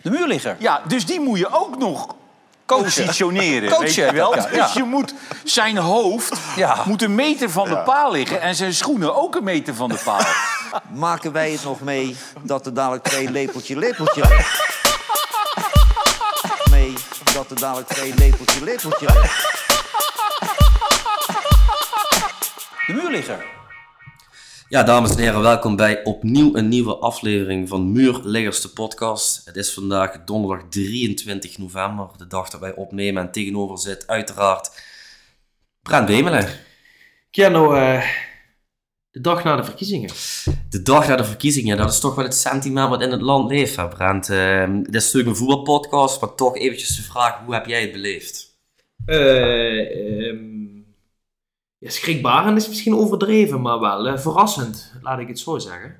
De muurligger. Ja, dus die moet je ook nog positioneren. Coachen, weet je wel? ja. Dus je moet zijn hoofd moet een meter van de paal liggen en zijn schoenen ook een meter van de paal. Maken wij het nog mee dat er dadelijk 2 lepeltje... mee dat er dadelijk 2 lepeltje... De muurligger. Ja, dames en heren, welkom bij opnieuw een nieuwe aflevering van Muurliggers, de podcast. Het is vandaag donderdag 23 november, de dag dat wij opnemen. En tegenover zit uiteraard Brent Bemelen. Kenno, de dag na de verkiezingen. De dag na de verkiezingen, dat is toch wel het sentiment wat in het land leeft, hè Brent. Dit is natuurlijk een voetbalpodcast, maar toch eventjes de vraag, hoe heb jij het beleefd? Ja, schrikbarend is misschien overdreven, maar wel verrassend, laat ik het zo zeggen.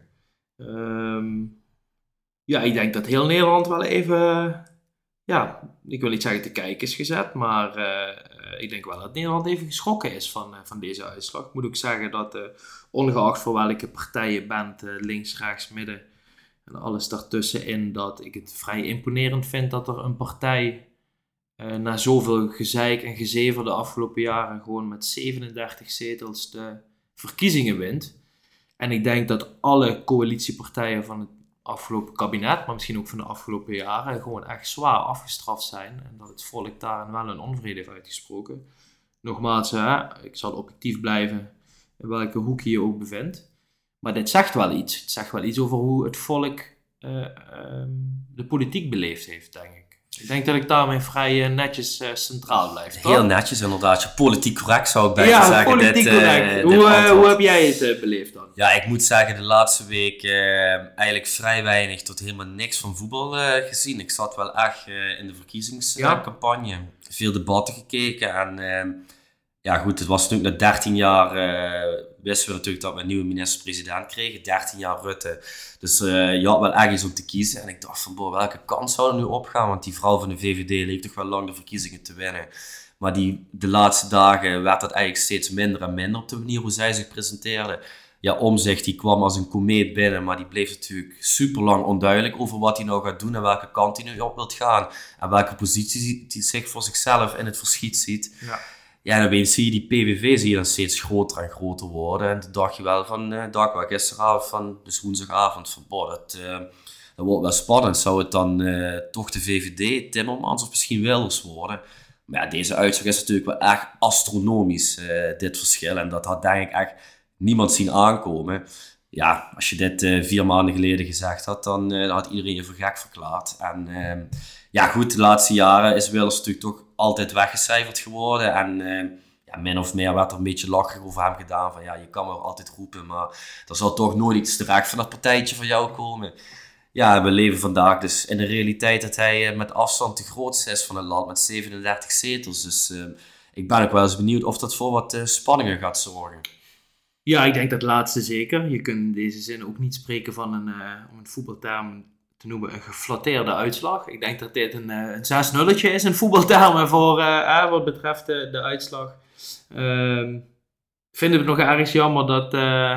Ja, ik denk dat heel Nederland wel even, ik wil niet zeggen te kijken is gezet, maar ik denk wel dat Nederland even geschrokken is van deze uitslag. Ik moet ook zeggen dat ongeacht voor welke partij je bent, links, rechts, midden en alles daartussenin, dat ik het vrij imponerend vind dat er een partij na zoveel gezeik en gezever de afgelopen jaren gewoon met 37 zetels de verkiezingen wint. En ik denk dat alle coalitiepartijen van het afgelopen kabinet, maar misschien ook van de afgelopen jaren, gewoon echt zwaar afgestraft zijn. En dat het volk daarin wel een onvrede heeft uitgesproken. Nogmaals, ik zal objectief blijven in welke hoek je je ook bevindt. Maar dit zegt wel iets. Het zegt wel iets over hoe het volk de politiek beleefd heeft, denk ik. Ik denk dat ik daarmee vrij netjes centraal blijf. Toch? Heel netjes inderdaad, politiek correct zou ik bijna zeggen. Ja, politiek correct. Hoe heb jij het beleefd dan? Ja, ik moet zeggen, de laatste week eigenlijk vrij weinig tot helemaal niks van voetbal gezien. Ik zat wel echt in de verkiezingscampagne. Veel debatten gekeken en ja goed, het was natuurlijk na 13 jaar wisten we natuurlijk dat we een nieuwe minister-president kregen. 13 jaar Rutte. Dus je had wel ergens om te kiezen. En ik dacht van, welke kans zou er nu opgaan? Want die vrouw van de VVD leek toch wel lang de verkiezingen te winnen. Maar de laatste dagen werd dat eigenlijk steeds minder en minder op de manier hoe zij zich presenteerde. Ja, Omtzigt, die kwam als een komeet binnen, maar die bleef natuurlijk super lang onduidelijk over wat hij nou gaat doen en welke kant hij nu op wilt gaan. En welke positie hij zich voor zichzelf in het verschiet ziet. Ja. Ja, en opeens zie je die PVV dan steeds groter en groter worden. En toen dacht je wel van, gisteravond, dus woensdagavond, van dat wordt wel spannend. Zou het dan toch de VVD, Timmermans of misschien Wilders worden? Maar ja, deze uitslag is natuurlijk wel echt astronomisch, dit verschil. En dat had denk ik echt niemand zien aankomen. Ja, als je dit 4 maanden geleden gezegd had, dan had iedereen je voor gek verklaard. En ja goed, de laatste jaren is Wilders natuurlijk toch altijd weggecijferd geworden. En min of meer werd er een beetje lacherig over hem gedaan. Van ja, je kan wel altijd roepen, maar er zal toch nooit iets terecht van dat partijtje van jou komen. Ja, we leven vandaag dus in de realiteit dat hij met afstand de grootste is van het land met 37 zetels. Dus ik ben ook wel eens benieuwd of dat voor wat spanningen gaat zorgen. Ja, ik denk dat laatste zeker. Je kunt in deze zin ook niet spreken van om een voetbalterm te noemen, een geflatteerde uitslag. Ik denk dat dit een 6-0'tje is in voetbaltermen voor wat betreft de uitslag. Vinden we het nog ergens jammer dat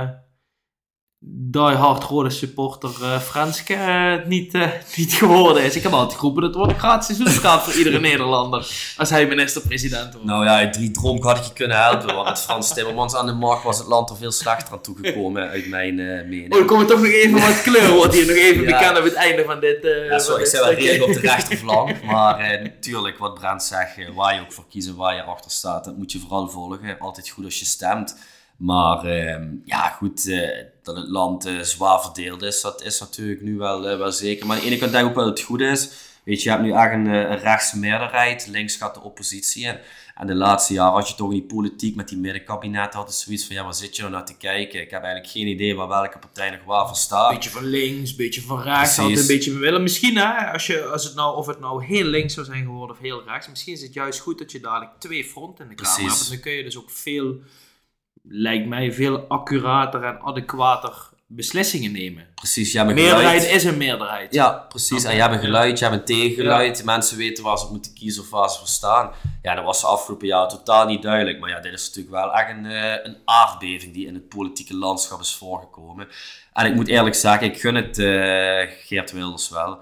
die-hard rode supporter Franske niet geworden is. Ik heb altijd geroepen dat het wordt een gratis seizoenskaart voor iedere Nederlander als hij minister-president wordt. Nou ja, 3 dronk had ik je kunnen helpen, want met Frans Timmermans aan de macht was het land er veel slechter aan toegekomen uit mijn mening. Er komt toch nog even wat kleur, wordt hier nog even bekend op het einde van dit ik zit wel redelijk op de rechterflank, maar natuurlijk wat Brent zegt, waar je ook voor kiezen, waar je achter staat, dat moet je vooral volgen. Altijd goed als je stemt. Maar ja goed, dat het land zwaar verdeeld is, dat is natuurlijk nu wel zeker. Maar aan de ene kant denk ik ook wel dat het goed is. Weet je, je hebt nu echt een rechtse meerderheid, links gaat de oppositie in. En de laatste jaren had je toch in die politiek met die middenkabinetten altijd zoiets van, ja, waar zit je nou naar te kijken? Ik heb eigenlijk geen idee waar welke partij nog waarvoor staat. Beetje van links, beetje van rechts, altijd een beetje willen. Misschien of het nou heel links zou zijn geworden of heel rechts, misschien is het juist goed dat je dadelijk 2 fronten in de Kamer hebt. Dan kun je dus ook lijkt mij veel accurater en adequater beslissingen nemen. Precies, je hebt een meerderheid geluid. Is een meerderheid. Ja, precies. En je hebt een geluid, je hebt een tegengeluid. Ja. Mensen weten waar ze moeten kiezen of waar ze voor staan. Ja, dat was de afgelopen jaren totaal niet duidelijk. Maar ja, dit is natuurlijk wel echt een aardbeving die in het politieke landschap is voorgekomen. En ik moet eerlijk zeggen, ik gun het Geert Wilders wel.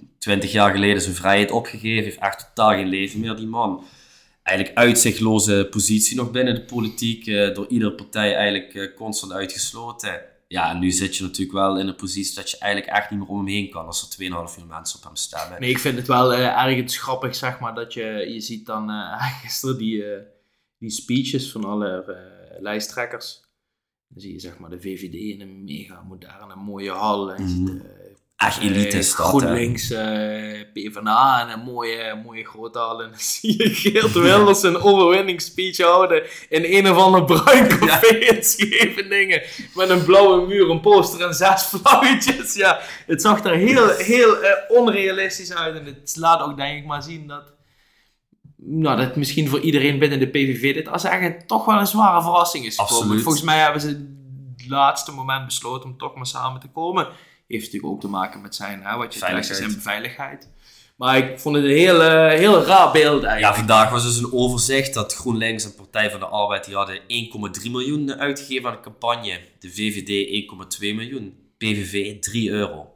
20 jaar geleden zijn vrijheid opgegeven. Heeft echt totaal geen leven meer, die man. Eigenlijk uitzichtloze positie nog binnen de politiek. Door iedere partij eigenlijk constant uitgesloten. Ja, en nu zit je natuurlijk wel in een positie dat je eigenlijk echt niet meer om hem heen kan als er 2,5 miljoen mensen op hem stemmen. Nee, ik vind het wel ergens grappig, zeg maar, dat je ziet dan gisteren die speeches van alle lijsttrekkers. Dan zie je, zeg maar, de VVD in een mega moderne, mooie hal. En je ziet echt elite stad, GroenLinks, PvdA en een mooie grote hal. En dan zie je Geert Wilders een overwinningsspeech houden in een of ander bruin café in Scheveningen. Met een blauwe muur, een poster en 6 vlaggetjes. Ja, het zag er heel onrealistisch uit. En het laat ook, denk ik, maar zien dat misschien voor iedereen binnen de PVV dit als eigenlijk toch wel een zware verrassing is gekomen. Absoluut. Volgens mij hebben ze het laatste moment besloten om toch maar samen te komen. Heeft natuurlijk ook te maken met zijn veiligheid. Maar ik vond het een heel raar beeld eigenlijk. Ja, vandaag was dus een overzicht dat GroenLinks en Partij van de Arbeid die hadden 1,3 miljoen uitgegeven aan de campagne. De VVD 1,2 miljoen. PVV 3 euro.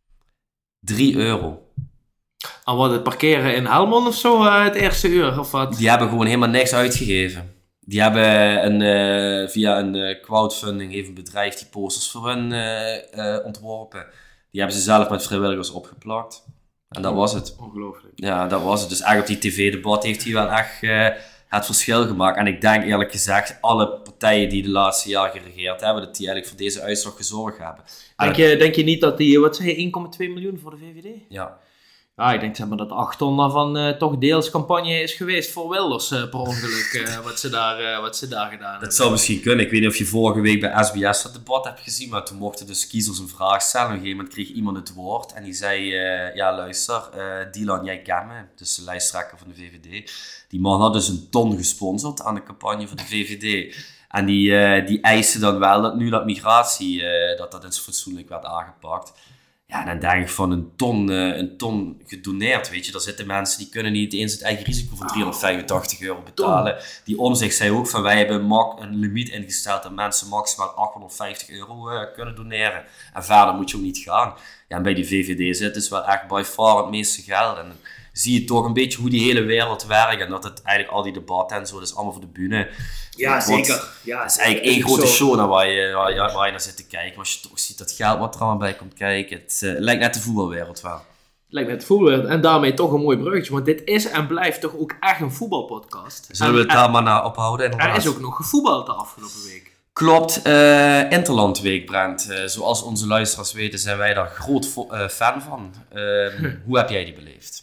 3 euro. En wat, het parkeren in Helmond of zo het eerste uur of wat? Die hebben gewoon helemaal niks uitgegeven. Die hebben via een crowdfunding heeft een bedrijf die posters voor hun ontworpen. Die hebben ze zelf met vrijwilligers opgeplakt. En dat was het. Ongelooflijk. Ja, dat was het. Dus eigenlijk op die tv-debat heeft hij wel echt het verschil gemaakt. En ik denk eerlijk gezegd, alle partijen die de laatste jaren geregeerd hebben, dat die eigenlijk voor deze uitslag gezorgd hebben. Denk je niet dat die, wat zei je, 1,2 miljoen voor de VVD? Ja. Ja, ik denk zeg maar dat 8 ton daarvan toch deels campagne is geweest voor Wilders per ongeluk, wat ze daar gedaan hebben. Dat zou misschien kunnen. Ik weet niet of je vorige week bij SBS dat debat hebt gezien, maar toen mochten dus kiezers een vraag stellen. Op een gegeven moment kreeg iemand het woord en die zei, ja luister, Dylan, jij kent me, dus de lijsttrekker van de VVD. Die man had dus een ton gesponsord aan de campagne van de VVD. En die eiste dan wel dat nu dat migratie, dat eens fatsoenlijk werd aangepakt. Ja, dan denk ik van een ton gedoneerd, weet je. Daar zitten mensen die kunnen niet eens het eigen risico van €385 betalen. Die Omtzigt zei ook van, wij hebben een limiet ingesteld dat mensen maximaal €850 kunnen doneren. En verder moet je ook niet gaan. Ja, en bij die VVD zit dus wel echt by far het meeste geld. En dan zie je toch een beetje hoe die hele wereld werkt. En dat het eigenlijk al die debatten en zo, dat is allemaal voor de bühne. Ja, zeker. Ja, het is eigenlijk één grote show naar waar je naar zit te kijken. Maar als je toch ziet dat geld wat er allemaal bij komt kijken. Het lijkt net de voetbalwereld wel. Lijkt net de voetbalwereld. En daarmee toch een mooi bruggetje. Want dit is en blijft toch ook echt een voetbalpodcast. Zullen we het daar maar naar ophouden? Inderdaad. Er is ook nog gevoetbald de afgelopen week. Klopt. Interlandweek, Brent. Zoals onze luisteraars weten zijn wij daar groot fan van. Hoe heb jij die beleefd?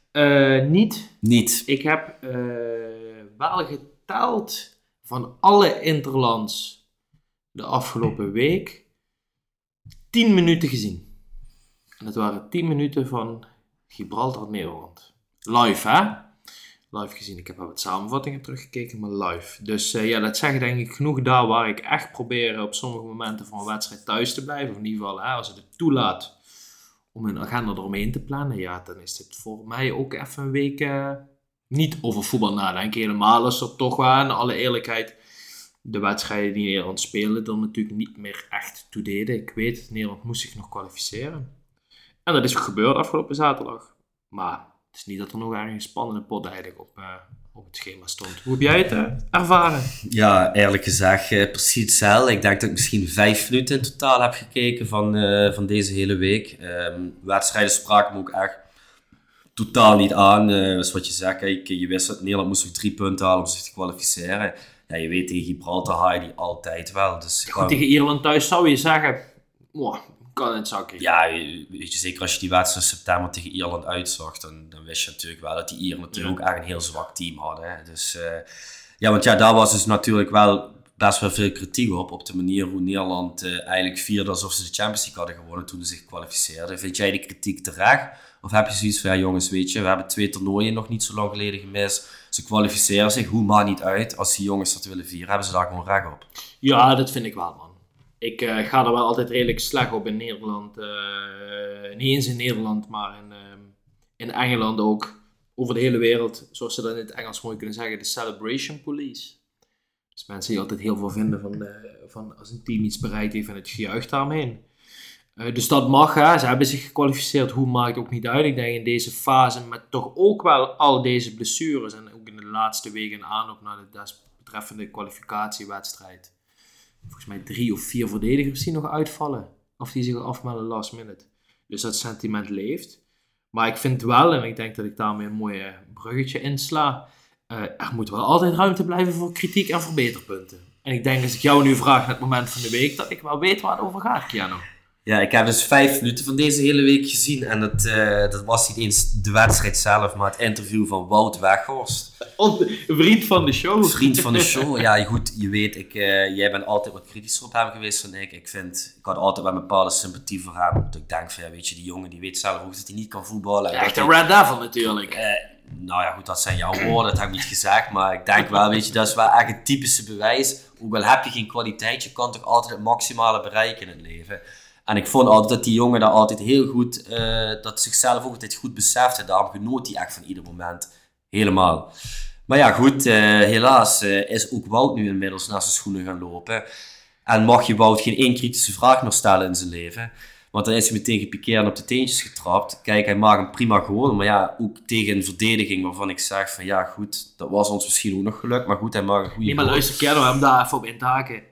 Niet. Ik heb wel geteld van alle interlands de afgelopen week 10 minuten gezien. En dat waren 10 minuten van Gibraltar-Nederland. Live, hè? Live gezien. Ik heb wel wat samenvattingen teruggekeken, maar live. Dus dat zegt denk ik genoeg daar waar ik echt probeer op sommige momenten van een wedstrijd thuis te blijven. Of in ieder geval, als het het toelaat om een agenda eromheen te plannen. Ja, dan is dit voor mij ook even een week niet over voetbal nadenken. Helemaal is er toch wel, in alle eerlijkheid, de wedstrijden die Nederland speelde er natuurlijk niet meer echt toe deden. Ik weet, Nederland moest zich nog kwalificeren. En dat is ook gebeurd afgelopen zaterdag. Maar het is niet dat er nog ergens een spannende pot eigenlijk op het schema stond. Hoe heb jij het ervaren? Ja, eerlijk gezegd precies hetzelfde. Ik denk dat ik misschien 5 minuten in totaal heb gekeken van deze hele week. Wedstrijden spraken me ook echt totaal niet aan. Dat is wat je zegt. Kijk, je wist dat Nederland moest nog 3 punten halen om zich te kwalificeren. Ja, je weet, tegen Gibraltar haal je die altijd wel. Dus goed, tegen Ierland thuis zou je zeggen, kan het zakken. Ja, weet je, zeker als je die wedstrijd in september tegen Ierland uitzag, dan wist je natuurlijk wel dat die Ieren natuurlijk ook echt een heel zwak team hadden. Hè. Dus want daar was dus natuurlijk wel best wel veel kritiek op de manier hoe Nederland eigenlijk vierde alsof ze de Champions League hadden gewonnen toen ze zich kwalificeerden. Vind jij die kritiek terecht? Of heb je zoiets van, ja jongens, weet je, we hebben 2 toernooien nog niet zo lang geleden gemist. Ze kwalificeren zich, hoe maakt niet uit. Als die jongens dat willen vieren, hebben ze daar gewoon recht op. Ja, dat vind ik wel, man. Ik ga er wel altijd redelijk slecht op in Nederland. Niet eens in Nederland, maar in Engeland ook. Over de hele wereld, zoals ze dat in het Engels mooi kunnen zeggen, de celebration police. Dus mensen die altijd heel veel vinden van als een team iets bereikt heeft en het gejuicht daaromheen. Dus dat mag, hè. Ze hebben zich gekwalificeerd. Hoe maakt ook niet uit. Ik denk in deze fase met toch ook wel al deze blessures en ook in de laatste weken in aanloop naar de desbetreffende kwalificatiewedstrijd. Volgens mij 3 of 4 verdedigers die nog uitvallen. Of die zich afmelden last minute. Dus dat sentiment leeft. Maar ik vind wel, en ik denk dat ik daarmee een mooi bruggetje insla. Er moet wel altijd ruimte blijven voor kritiek en verbeterpunten. En ik denk als ik jou nu vraag naar het moment van de week, dat ik wel weet waar het over gaat, Keanu. Ja, ik heb dus 5 minuten van deze hele week gezien. En dat was niet eens de wedstrijd zelf, maar het interview van Wout Weghorst. Vriend van de show. Vriend van de show. Ja, goed, je weet, jij bent altijd wat kritischer op hem geweest dan ik. Ik had altijd wel een bepaalde sympathie voor hem. Want ik denk van, ja, weet je, die jongen die weet zelf ook dat hij niet kan voetballen. Ja, echt een Red Devil natuurlijk. Nou ja, goed, dat zijn jouw woorden, dat heb ik niet gezegd. Maar ik denk wel, weet je, dat is wel echt het typische bewijs. Ook al heb je geen kwaliteit, je kan toch altijd het maximale bereiken in het leven. En ik vond altijd dat die jongen daar altijd heel goed, dat zichzelf ook altijd goed besefte. Daarom genoot hij echt van ieder moment. Helemaal. Maar ja, goed, helaas is ook Wout nu inmiddels naar zijn schoenen gaan lopen. En mag je Wout geen één kritische vraag meer stellen in zijn leven. Want dan is hij meteen gepikeerd en op de teentjes getrapt. Kijk, hij maakt een prima goal. Maar ja, ook tegen een verdediging waarvan ik zeg van ja, goed, dat was ons misschien ook nog gelukt. Maar goed, hij maakt een goede goal. Nee, maar luister, Kerno, hem daar even op intaken.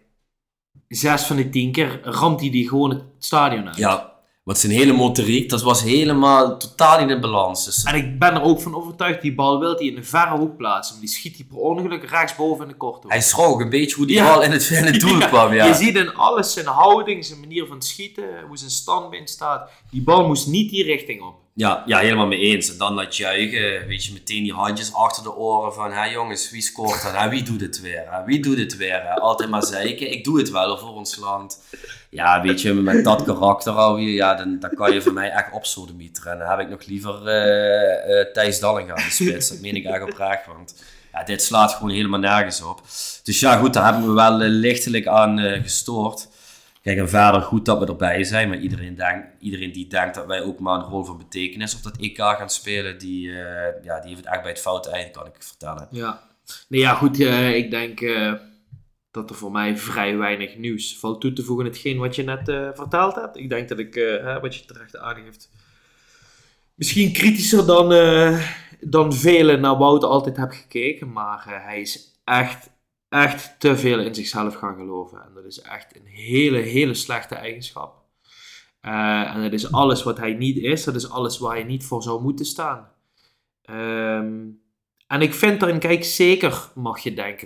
6 van de 10 keer ramt hij die gewoon het stadion uit. Ja, want zijn hele motoriek, dat was helemaal totaal niet in balans. Dus... En ik ben er ook van overtuigd, die bal wil hij in een verre hoek plaatsen. Maar die schiet hij per ongeluk rechtsboven in de korte hoek. Hij schrok een beetje hoe die bal in het doel kwam. Ja. Je ziet in alles, zijn houding, zijn manier van schieten, hoe zijn standbeen staat. Die bal moest niet die richting op. Ja, helemaal mee eens. En dan dat juichen, weet je, meteen die handjes achter de oren van, hé jongens, wie scoort dan? Wie doet het weer? Wie doet het weer? Altijd maar zeiken, ik doe het wel voor ons land. Ja, weet je, met dat karakter alweer, ja, dan kan je voor mij echt opsodemieteren. En dan heb ik nog liever Thijs Dallinga in de spits. Dat meen ik echt oprecht, want ja, dit slaat gewoon helemaal nergens op. Dus ja, goed, daar hebben we wel lichtelijk aan gestoord. Kijk, en verder goed dat we erbij zijn, maar iedereen die denkt dat wij ook maar een rol van betekenis op dat EK gaan spelen, die heeft het echt bij het foute eind, kan ik vertellen. Ja, nee, ja, goed, ik denk dat er voor mij vrij weinig nieuws valt toe te voegen aan hetgeen wat je net verteld hebt. Ik denk dat ik, wat je terecht aangeeft, misschien kritischer dan velen naar Wout altijd heb gekeken, maar hij is echt te veel in zichzelf gaan geloven. En dat is echt een hele slechte eigenschap. En dat is alles wat hij niet is. Dat is alles waar hij niet voor zou moeten staan. En ik vind erin, kijk, zeker mag je denken,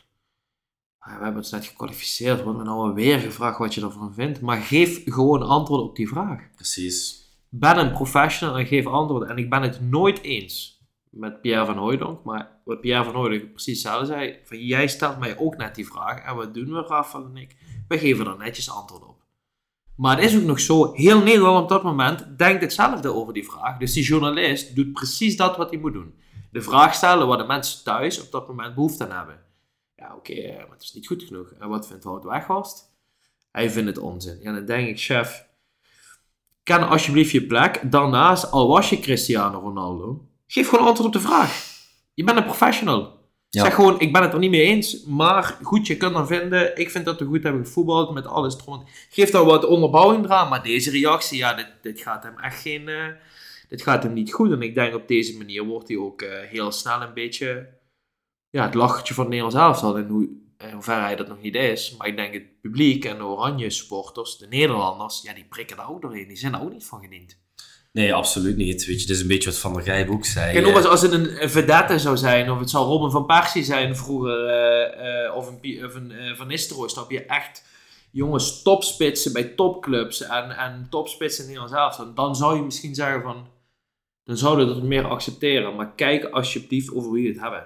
we hebben ons net gekwalificeerd, wordt me nou weer gevraagd wat je ervan vindt. Maar geef gewoon antwoord op die vraag. Precies. Ben een professional en geef antwoord. En ik ben het nooit eens met Pierre van Hooijdonk, maar wat Pierre van Hooijdonk precies zelf zei, van jij stelt mij ook net die vraag, en wat doen we, Rafael en ik? We geven er netjes antwoord op. Maar het is ook nog zo, heel Nederland op dat moment denkt hetzelfde over die vraag, dus die journalist doet precies dat wat hij moet doen. De vraag stellen waar de mensen thuis op dat moment behoefte aan hebben. Ja, oké, maar het is niet goed genoeg. En wat vindt Wout Weghorst? Hij vindt het onzin. Ja, dan denk ik, chef, ken alsjeblieft je plek. Daarnaast, al was je Cristiano Ronaldo, geef gewoon antwoord op de vraag. Je bent een professional. Ja. Zeg gewoon, ik ben het er niet mee eens, maar goed, je kunt dan vinden, ik vind dat we goed hebben gevoetbald met alles erom. Geef daar wat onderbouwing eraan, maar deze reactie, ja, dit gaat hem echt dit gaat hem niet goed. En ik denk op deze manier wordt hij ook heel snel een beetje, ja, het lachertje van het Nederlands elftal. In hoeverre hij dat nog niet is. Maar ik denk het publiek en de oranje supporters, de Nederlanders, ja, die prikken daar ook doorheen. Die zijn er ook niet van gediend. Nee, absoluut niet. Weet je, dit is een beetje wat Van der Gijp ook zei. Kijk, ook als het een vedette zou zijn, of het zou Robin van Persie zijn vroeger, of een Van Nistelrooy, snap je, echt jongens topspitsen bij topclubs en topspitsen in Nederland zelf. Dan zou je misschien zeggen van, dan zouden we dat meer accepteren. Maar kijk alsjeblieft over wie we het hebben.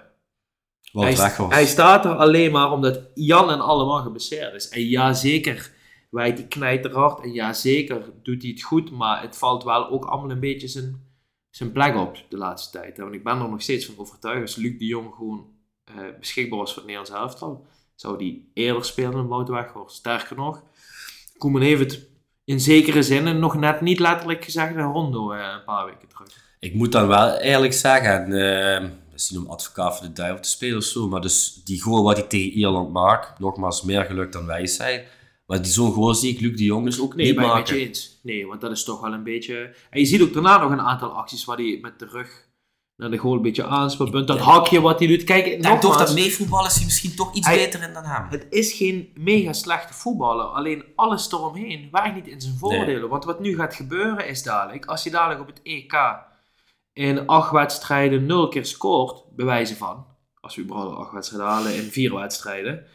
Hij staat er alleen maar omdat Jan en allemaal geblesseerd is. En ja, zeker wijt hij knijterhard. En ja, zeker doet hij het goed. Maar het valt wel ook allemaal een beetje zijn plek op de laatste tijd. Want ik ben er nog steeds van overtuigd. Als Luc de Jong gewoon beschikbaar was voor het Nederlands elftal, zou die eerder spelen dan Wout Weghorst. Sterker nog, Koeman heeft het in zekere zin en nog net niet letterlijk gezegd in Rondo een paar weken terug. Ik moet dan wel eerlijk zeggen, dat is niet om advocaat voor de duivel te spelen of zo, maar dus die goal wat hij tegen Ierland maakt, nogmaals meer geluk dan wij zijn. Maar zo'n goal zie ik Luc de Jong dus ook niet maken. Nee, ben ik met je eens. Nee, want dat is toch wel een beetje... En je ziet ook daarna nog een aantal acties waar hij met de rug naar de goal een beetje aanspeelt. Dat hakje wat hij doet. Kijk, ik denk toch dat meevoetballen is hij misschien toch iets beter in dan hem. Het is geen mega slechte voetballer. Alleen alles eromheen werkt niet in zijn voordelen. Nee. Want wat nu gaat gebeuren is dadelijk... Als hij dadelijk op het EK in 8 wedstrijden 0 keer scoort, bij wijze van... Als we überhaupt 8 wedstrijden halen in 4 wedstrijden...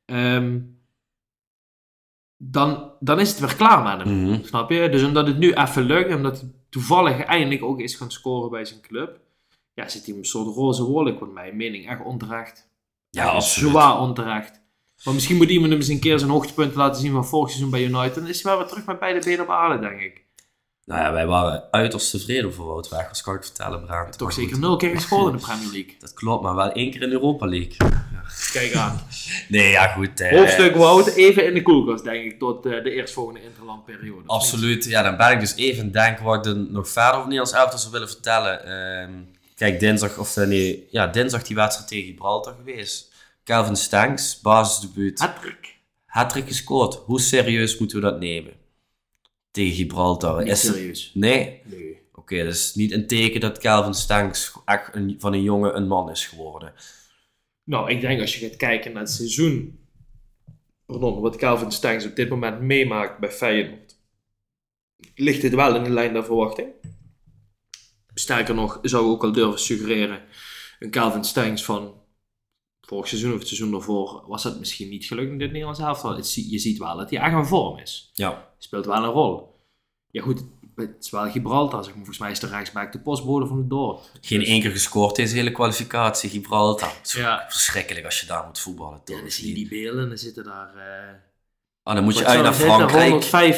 Dan is het weer klaar met hem. Mm-hmm. Snap je? Dus omdat het nu even lukt, omdat hij toevallig eindelijk ook is gaan scoren bij zijn club, ja, zit hij in een soort roze wolk, wat mijn mening echt onterecht. Ja, absoluut. Zwaar onterecht. Maar misschien moet iemand hem eens een keer zijn hoogtepunten laten zien van vorig seizoen bij United. Dan is hij wel weer terug met beide benen op aarde, denk ik. Nou ja, wij waren uiterst tevreden voor Wout Weghorst, kan ik vertellen, Brand. Toch zeker 0 keer gescoord in de Premier League. Dat klopt, maar wel 1 keer in de Europa League. Ja, kijk aan. Nee, ja goed. Hoofdstuk Wout even in de koelkast, denk ik, tot de eerstvolgende interlandperiode. Absoluut. Ja, dan ben ik dus even denken wat ik nog verder over Nederlands elftal zou willen vertellen. Kijk, dinsdag die wedstrijd tegen Gibraltar geweest. Calvin Stengs, basisdebuut. Hattrick gescoord. Hoe serieus moeten we dat nemen? Tegen Gibraltar. Niet serieus. Nee? Oké, dat is niet een teken dat Calvin Stengs echt van een jongen een man is geworden. Nou, ik denk als je gaat kijken naar het seizoen, wat Calvin Stengs op dit moment meemaakt bij Feyenoord, ligt dit wel in de lijn der verwachting. Sterker nog, zou ik ook al durven suggereren, een Calvin Stengs van vorig seizoen of het seizoen daarvoor was het misschien niet gelukt in dit Nederlands elftal. Je ziet wel dat hij echt in vorm is. Ja. Speelt wel een rol. Ja goed, het is wel Gibraltar, zeg maar. Volgens mij is de rechtsback de postbode van de dood. Geen één keer gescoord deze hele kwalificatie, Gibraltar. Het is verschrikkelijk als je daar moet voetballen. Ja, dan zie je die beelden en dan zitten daar... dan moet je uit naar Frankrijk.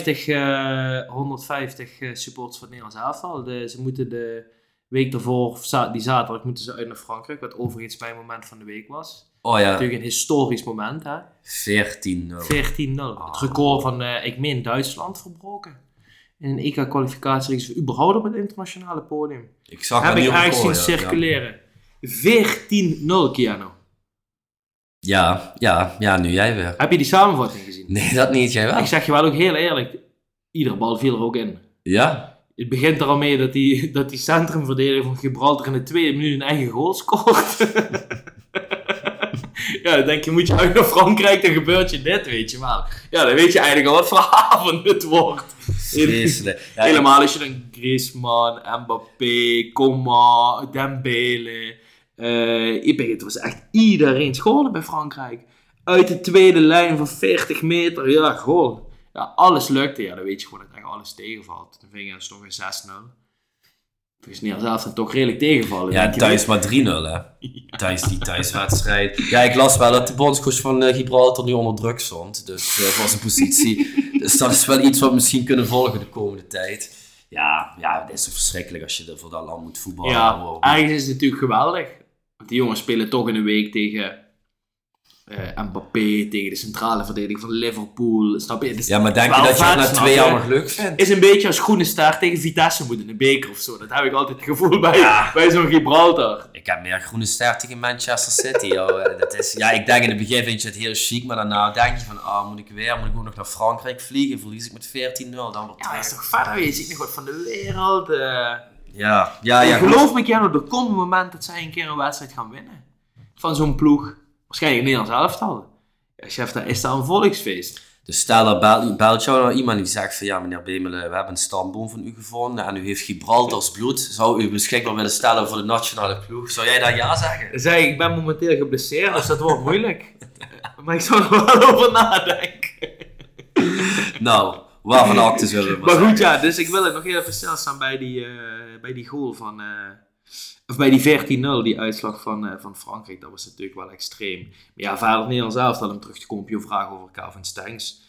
150 supporters van het Nederlands elftal. Ze moeten de week daarvoor, die zaterdag, moeten ze uit naar Frankrijk. Wat overigens mijn moment van de week was. Oh ja. Natuurlijk een historisch moment, hè. 14-0. 14-0. Het record van, ik meen, Duitsland verbroken. In een EK-kwalificatiereeks, überhaupt op het internationale podium. Ik zag heb ik eigenlijk zien circuleren. 14-0, Keanu. Ja, nu jij weer. Heb je die samenvatting gezien? Nee, dat niet, jij wel. Ik zeg je wel ook heel eerlijk, iedere bal viel er ook in. Ja? Het begint er al mee dat die centrumverdediger van Gibraltar in de 2e minuut een eigen goal scoort. Ja, dan denk je, moet je uit naar Frankrijk, dan gebeurt je dit, weet je wel. Ja, dan weet je eigenlijk al wat voor avond het wordt. Vreselijk. Ja, helemaal als je dan Griezmann, Mbappé, Coman, Dembele. Het was echt iedereen scholen bij Frankrijk. Uit de tweede lijn van 40 meter, ja, gewoon. Ja, alles lukte. Ja, dan weet je gewoon dat echt alles tegenvalt. Dan vind je dus nog een 6-0. Dus Nederland zelf toch redelijk tegenvallen. Ja, thuis maar 3-0, hè. Thuis die thuiswedstrijd. Ja, ik las wel dat de bondscoach van Gibraltar nu onder druk stond. Dus voor zijn positie. Dus dat is wel iets wat we misschien kunnen volgen de komende tijd. Ja, het is toch verschrikkelijk als je voor dat land moet voetballen. Ja, eigenlijk is het natuurlijk geweldig. Want die jongens spelen toch in een week tegen Mbappé, tegen de centrale verdediger van Liverpool. Snap je? Dus ja, maar denk je dat je het na 2 jaar nog leuk vindt? Is een beetje als Groene Ster tegen Vitesse moet in de beker of zo. Dat heb ik altijd het gevoel bij zo'n Gibraltar. Ik heb meer Groene Ster tegen Manchester City. Dat is, ik denk in het begin vind je het heel chic, maar daarna denk je van, moet ik ook nog naar Frankrijk vliegen? Verlies ik met 14-0, dan wordt dat is toch verder, je ziet nog wat van de wereld. Ja, geloof me, Keanu, er komt een moment dat zij een keer een wedstrijd gaan winnen. Van zo'n ploeg. Waarschijnlijk Nederlands elftal. Ja, chef, dat is daar een volksfeest. Dus stel dat belt jou nou iemand die zegt van, ja meneer Bemelen, we hebben een stamboom van u gevonden en u heeft Gibraltars bloed. Zou u beschikbaar willen stellen voor de nationale ploeg? Zou jij daar ja zeggen? Ik ben momenteel geblesseerd, dus dat wordt moeilijk. Maar ik zou er wel over nadenken. Nou, waarvan acte zullen we maar goed, ja, dus ik wil het nog heel even stilstaan bij die goal van... Of bij die 14-0, die uitslag van Frankrijk, dat was natuurlijk wel extreem. Maar ja, verder het Nederlands elftal, om terug te komen op je vraag over Calvin Stengs.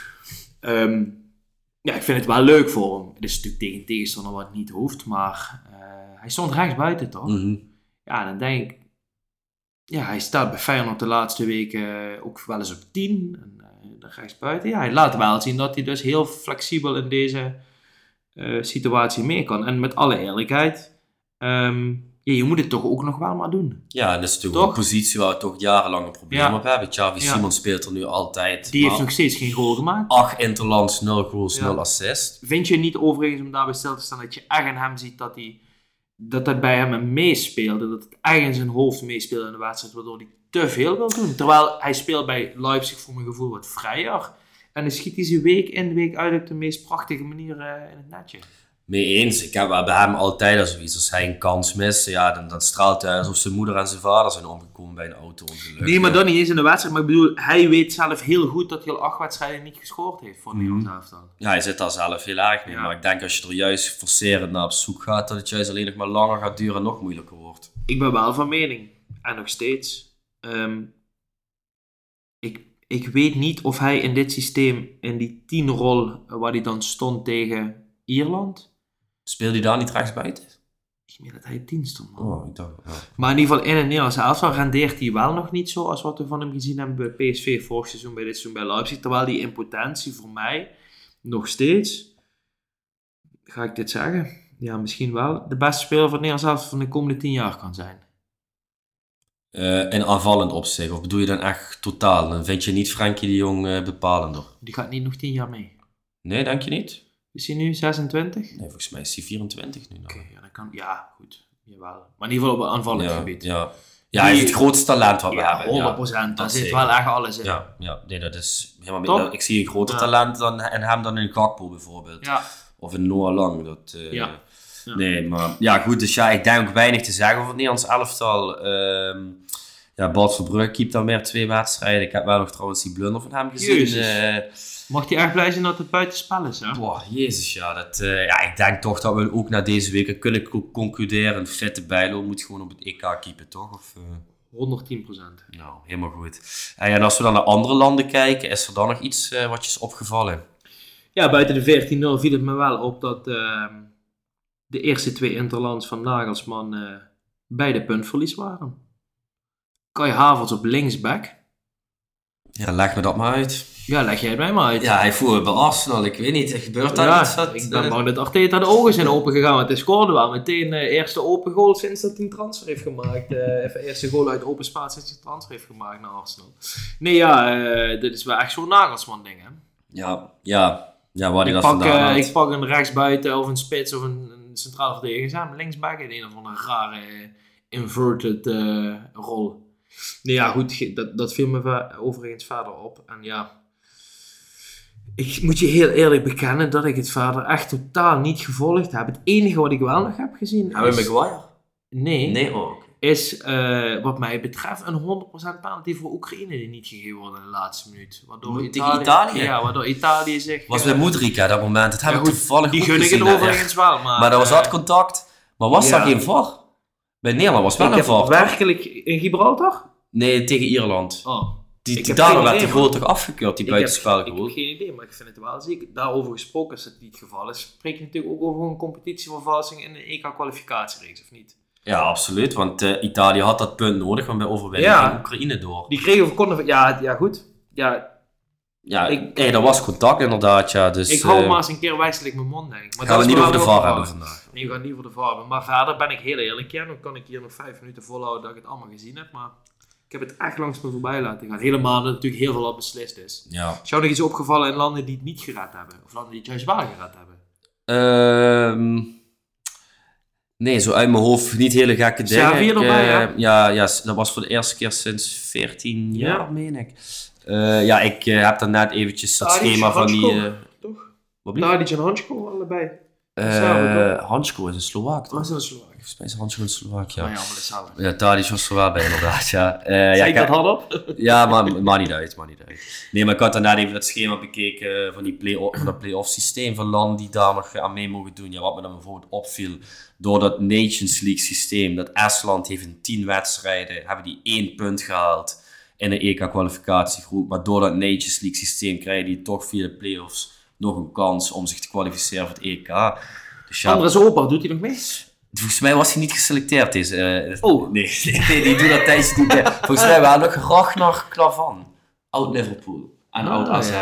Ik vind het wel leuk voor hem. Het is natuurlijk tegen tegenstander wat het niet hoeft, maar hij stond rechts buiten, toch? Mm-hmm. Ja, dan denk ik... Ja, hij staat bij Feyenoord de laatste weken ook wel eens op 10. En rechts buiten. Ja, hij laat wel zien dat hij dus heel flexibel in deze situatie mee kan. En met alle eerlijkheid... je moet het toch ook nog wel maar doen. Ja, en dat is natuurlijk een positie waar we toch jarenlang een probleem op hebben. Xavi Simons speelt er nu altijd. Die heeft nog steeds geen goal gemaakt. 8 interlands, 0 goals, 0 assists. Vind je niet overigens om daarbij stil te staan dat je echt aan hem ziet dat bij hem meespeelde, dat het echt in zijn hoofd meespeelde in de wedstrijd, waardoor hij te veel wil doen. Terwijl hij speelt bij Leipzig voor mijn gevoel wat vrijer. En dan schiet hij ze week in, week uit op de meest prachtige manier in het netje. Mee eens. Ik heb bij hem altijd al zoiets. Als hij een kans mist, dan straalt hij alsof zijn moeder en zijn vader zijn omgekomen bij een auto-ongeluk. Nee, maar dat niet eens in de wedstrijd. Maar ik bedoel, hij weet zelf heel goed dat hij al 8 wedstrijden niet gescoord heeft voor Nederlands elftal. Ja, hij zit daar zelf heel erg mee. Ja. Maar ik denk als je er juist forcerend naar op zoek gaat, dat het juist alleen nog maar langer gaat duren en nog moeilijker wordt. Ik ben wel van mening. En nog steeds. Ik weet niet of hij in dit systeem, in die 10-rol waar hij dan stond tegen Ierland... Speelde hij daar niet rechtsbuiten? Ik meen dat hij 10 stond. Man. Oh, ik dacht... Ja. Maar in ieder geval in het Nederlandse elftal rendeert hij wel nog niet zo als wat we van hem gezien hebben bij PSV vorig seizoen, bij dit seizoen bij Leipzig. Terwijl die in potentie voor mij nog steeds, ga ik dit zeggen, ja misschien wel de beste speler van het Nederlands elftal van de komende 10 jaar kan zijn. In aanvallend opzicht, of bedoel je dan echt totaal? Dan vind je niet Frenkie de Jong bepalender? Die gaat niet nog 10 jaar mee. Nee, denk je niet? Is hij nu 26? Nee, volgens mij is hij 24 nu. Oké, ja, dan kan... Ja, goed. Jawel. Maar in ieder geval op een aanvallend gebied. Ja, hij is het grootste talent wat we hebben. 100%. Daar zit wel echt alles in. Ja, nee, dat is helemaal... Ik zie een groter talent in hem dan in Gakpo bijvoorbeeld. Ja. Of in Noah Lang. Dat, Nee, maar... Ja, goed. Dus ik denk ook weinig te zeggen over het Nederlands elftal. Bart Verbrugge keept dan weer 2 wedstrijden. Ik heb wel nog trouwens die blunder van hem gezien. Mag hij echt blij zijn dat het buitenspel is, hè? Boah, jezus, ik denk toch dat we ook na deze weken kunnen concluderen. Een vette Bijlo moet gewoon op het EK keepen, toch? Of, 110%. Nou, helemaal goed. En als we dan naar andere landen kijken, is er dan nog iets wat je is opgevallen? Ja, buiten de 14-0 viel het me wel op dat de eerste 2 interlands van Nagelsman beide puntverlies waren. Kai Havertz op linksback. Ja, leg me dat maar uit. Ja, leg jij het mij maar uit. Ja, hij voerde bij Arsenal. Ik weet niet, gebeurt daar iets? Ik ben bang dat Arteta de ogen zijn open gegaan. Want hij scoorde wel meteen de eerste open goal sinds dat hij een transfer heeft gemaakt. Eerste goal uit open spaat sinds hij een transfer heeft gemaakt naar Arsenal. Nee, dit is wel echt zo'n Nagelsman ding, hè? Ja, waar hij dat vandaan had. Ik pak een rechtsbuiten of een spits of een centraal verdediger. Linksback in een of andere rare inverted rol. Nee, ja, goed, dat viel me overigens verder op. En ja, ik moet je heel eerlijk bekennen dat ik het verder echt totaal niet gevolgd heb. Het enige wat ik wel nog heb gezien Hebben we Maguire? Nee, okay. Is wat mij betreft een 100% penalty voor Oekraïne die niet gegeven wordt in de laatste minuut. Waardoor Italië? Ja, waardoor Italië zich... Was bij Mudryk dat moment, dat heb ik toevallig die goed gun ik gezien. het overigens wel, maar dat was dat contact. Maar was daar geen VAR? Bij Nederland was wel een VAR. Werkelijk in Gibraltar? Nee, tegen Ierland. Oh. Daarom werd die goal toch afgekeurd, die buitenspel goal? Ik heb geen idee, maar ik vind het wel zeker. Daarover gesproken, als het niet het geval is, spreek je natuurlijk ook over een competitievervalsing in de EK-kwalificatiereeks, of niet? Ja, absoluut, want Italië had dat punt nodig, want bij overwinning ging Oekraïne door. Die kregen konden... Ja, goed. Dat was contact inderdaad, ja. Dus, ik hou maar eens een keer wijselijk mijn mond, denk ik. Maar gaan we niet over de VAR hebben vandaag. Nee, we gaan niet over de VAR hebben. Maar verder ben ik heel eerlijk, dan kan ik hier nog 5 minuten volhouden dat ik het allemaal gezien heb, maar... Ik heb het echt langs me voorbij laten gaan. Helemaal dat natuurlijk heel veel al beslist is. Ja. Is jou nog iets opgevallen in landen die het niet gered hebben? Of landen die het juist wel gered hebben? Nee, zo uit mijn hoofd niet hele gekke dingen. Servië erbij, hè? Ja, dat was voor de eerste keer sinds 14 jaar, meen ik. Ik heb dan net eventjes dat schema van die... toch? Tadic en Hansko allebei. Hansko is een Slovaak, toch? Dat is een Slovaak. Volgens mij is Hansko een Slovaak, ja. Maar ja, maar hetzelfde. Ja, Tadic was er wel bij, inderdaad, ja. Zeg ik dat hard op? Ja, maar niet uit. Nee, maar ik had dan net even dat schema bekeken van dat play-off systeem van landen die daar nog aan mee mogen doen. Ja, wat me dan bijvoorbeeld opviel, door dat Nations League systeem, dat Estland heeft in 10 wedstrijden, hebben die 1 punt gehaald in de EK-kwalificatiegroep. Maar door dat Nations League systeem krijgen die toch via de play-offs nog een kans om zich te kwalificeren voor het EK. Dus ja, Andres Opa, doet hij nog mee? Volgens mij was hij niet geselecteerd. Nee, die doet dat tijdens niet meer. Volgens mij waren nog Ragnar Klavan. Oud Liverpool. En oud AZ.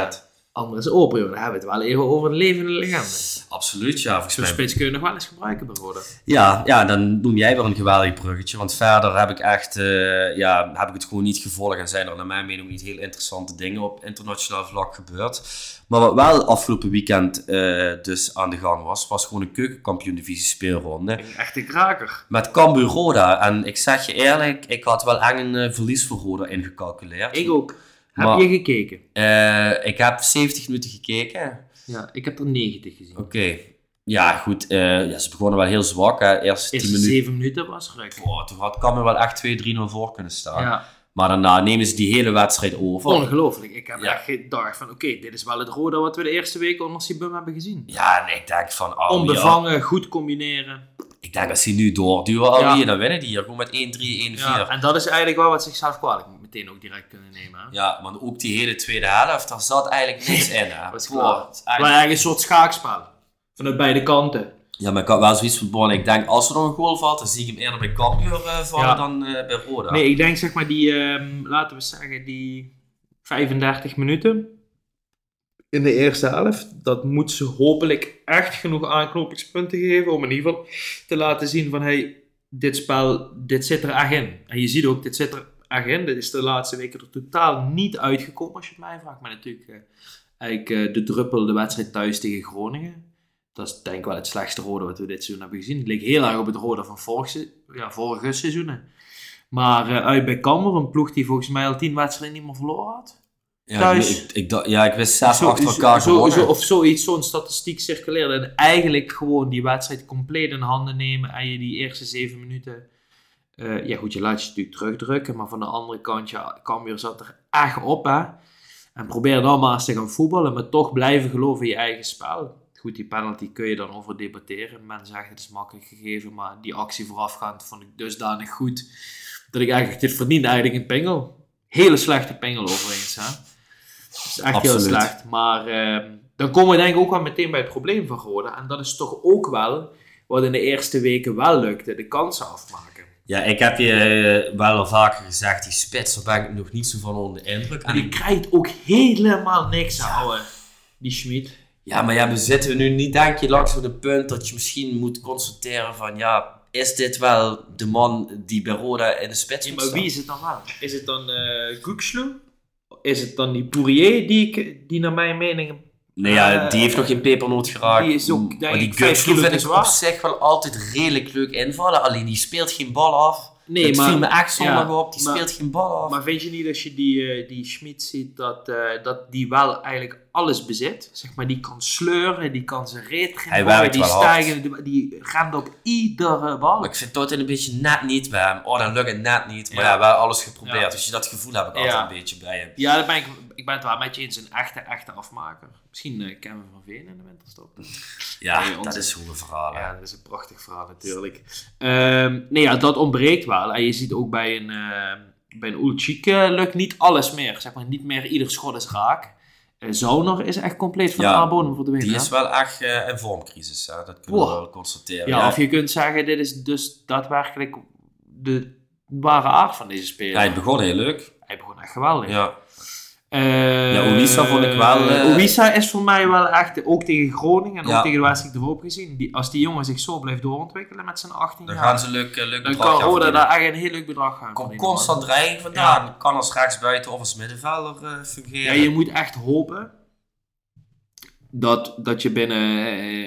Andere is open, joh. Dan hebben we het wel even over een levende legende. Absoluut, ja. Zo'n spits kun je nog wel eens gebruiken bij Roda. Ja, dan noem jij weer een geweldig bruggetje. Want verder heb ik echt heb ik het gewoon niet gevolgd. En zijn er naar mijn mening niet heel interessante dingen op internationaal vlak gebeurd. Maar wat wel afgelopen weekend dus aan de gang was gewoon een keukenkampioen-divisie speelronde. Een echte kraker. Met Cambuur Roda. En ik zeg je eerlijk, ik had wel echt een verlies voor Roda ingecalculeerd. Ik ook. Heb je gekeken? Ik heb 70 minuten gekeken. Ja, ik heb er 90 gezien. Oké. Ja, goed. Ze begonnen wel heel zwak. Hè. Eerst 10 minuten. 7 minuten was gek. Toen had Cambuur wel echt 2-3-0 voor kunnen staan. Ja. Maar daarna nemen ze die hele wedstrijd over. Ongelooflijk. Ik heb echt gedacht van, oké, dit is wel het Roda wat we de eerste week onder Sibum hebben gezien. Ja, en ik denk van... Onbevangen, goed combineren. Ik denk als die nu doorduwen alweer, dan winnen die hier gewoon met 1-3, 1-4. Ja, en dat is eigenlijk wel wat zichzelf kwalijk meteen ook direct kunnen nemen. Hè? Ja, maar ook die hele tweede helft, daar zat eigenlijk niks in. Hè. Dat is klaar. Het is eigenlijk een soort schaakspel. Vanuit beide kanten. Ja, maar ik had wel zoiets van, ik denk als er nog een goal valt, dan zie ik hem eerder bij Cambuur vallen dan bij Roda. Nee, ik denk zeg maar die, laten we zeggen, die 35 minuten in de eerste helft, dat moet ze hopelijk echt genoeg aanknopingspunten geven om in ieder geval te laten zien van, hey, dit spel, dit zit er echt in. En je ziet ook, dit zit er echt in. Dit is de laatste weken er totaal niet uitgekomen als je het mij vraagt. Maar natuurlijk eigenlijk de druppel, de wedstrijd thuis tegen Groningen. Dat is denk ik wel het slechtste Roda wat we dit seizoen hebben gezien. Het leek heel erg op het Roda van vorige seizoenen. Maar uit bij Cambuur, een ploeg die volgens mij al 10 wedstrijden niet meer verloren had. Ja, Thuis. Ik wist 6 achter elkaar of zoiets, zo'n statistiek circuleerde. En eigenlijk gewoon die wedstrijd compleet in handen nemen. En je die eerste 7 minuten... je laat je natuurlijk terugdrukken. Maar van de andere kant, Cambuur zat er echt op. Hè? En probeer dan maar eens te gaan voetballen. Maar toch blijven geloven in je eigen spel. Goed, die penalty kun je dan over debatteren. Mensen zeggen het is makkelijk gegeven. Maar die actie voorafgaand vond ik dusdanig goed. Dat ik eigenlijk, dit verdient eigenlijk een pingel. Hele slechte pingel overigens. Hè? Dat is echt Absoluut. heel slecht. Maar dan komen we denk ik ook wel meteen bij het probleem van Roda. En dat is toch ook wel wat in de eerste weken wel lukte. De kansen afmaken. Ja, ik heb je wel al vaker gezegd, die spits, daar ben ik nog niet zo van onder de indruk. En die krijgt ook helemaal niks aan, ouwe. Die Schmid. Ja, maar we zitten nu niet, denk je, langs op het punt dat je misschien moet constateren van, is dit wel de man die bij Roda in de spits moet maar staan? wie is het dan wel? Is het dan Gukslu? Is het dan die Poirier die naar mijn mening... Nee, die heeft nog geen pepernoot geraakt. Die is ook, maar die Gukslu vind ik op zich wel altijd redelijk leuk invallen. Alleen die speelt geen bal af. Nee, het maar, viel me echt zondag op. Die speelt geen bal af. Maar vind je niet als je die Schmid ziet dat die wel eigenlijk alles bezit? Zeg maar, die kan sleuren, die kan zijn reet geven, die stijgen, die rent op iedere bal. Maar ik vind het een beetje net niet bij hem. Dan lukt het net niet. Maar wel alles geprobeerd. Ja. Dus dat gevoel heb ik altijd een beetje bij hem. Ja, ik ben het wel met je eens. Een echte afmaker. Misschien Kevin van Veen in de winterstop. Ja, dat is een verhaal. Ja, dat is een prachtig verhaal natuurlijk. Dat ontbreekt wel. En je ziet ook bij een Ulchik lukt niet alles meer. Zeg maar, niet meer ieder schot is raak. Zauner is echt compleet van de aardbodem verdwenen. Die is wel echt een vormcrisis. Hè? Dat kunnen we wel constateren. Ja, of je kunt zeggen, dit is dus daadwerkelijk de ware aard van deze speler. Hij begon heel leuk. Hij begon echt geweldig. Ja. Ouissa vond ik wel... Ouissa is voor mij wel echt, ook tegen Groningen en ook tegen de wedstrijd erop gezien. Als die jongen zich zo blijft doorontwikkelen met zijn 18 jaar... Dan gaan ze leuk dan bedrag kan Roda daar echt een heel leuk bedrag gaan. Komt constant dreiging vandaan. Ja. Kan als rechtsbuiten of als middenvelder fungeren. Ja, je moet echt hopen dat je binnen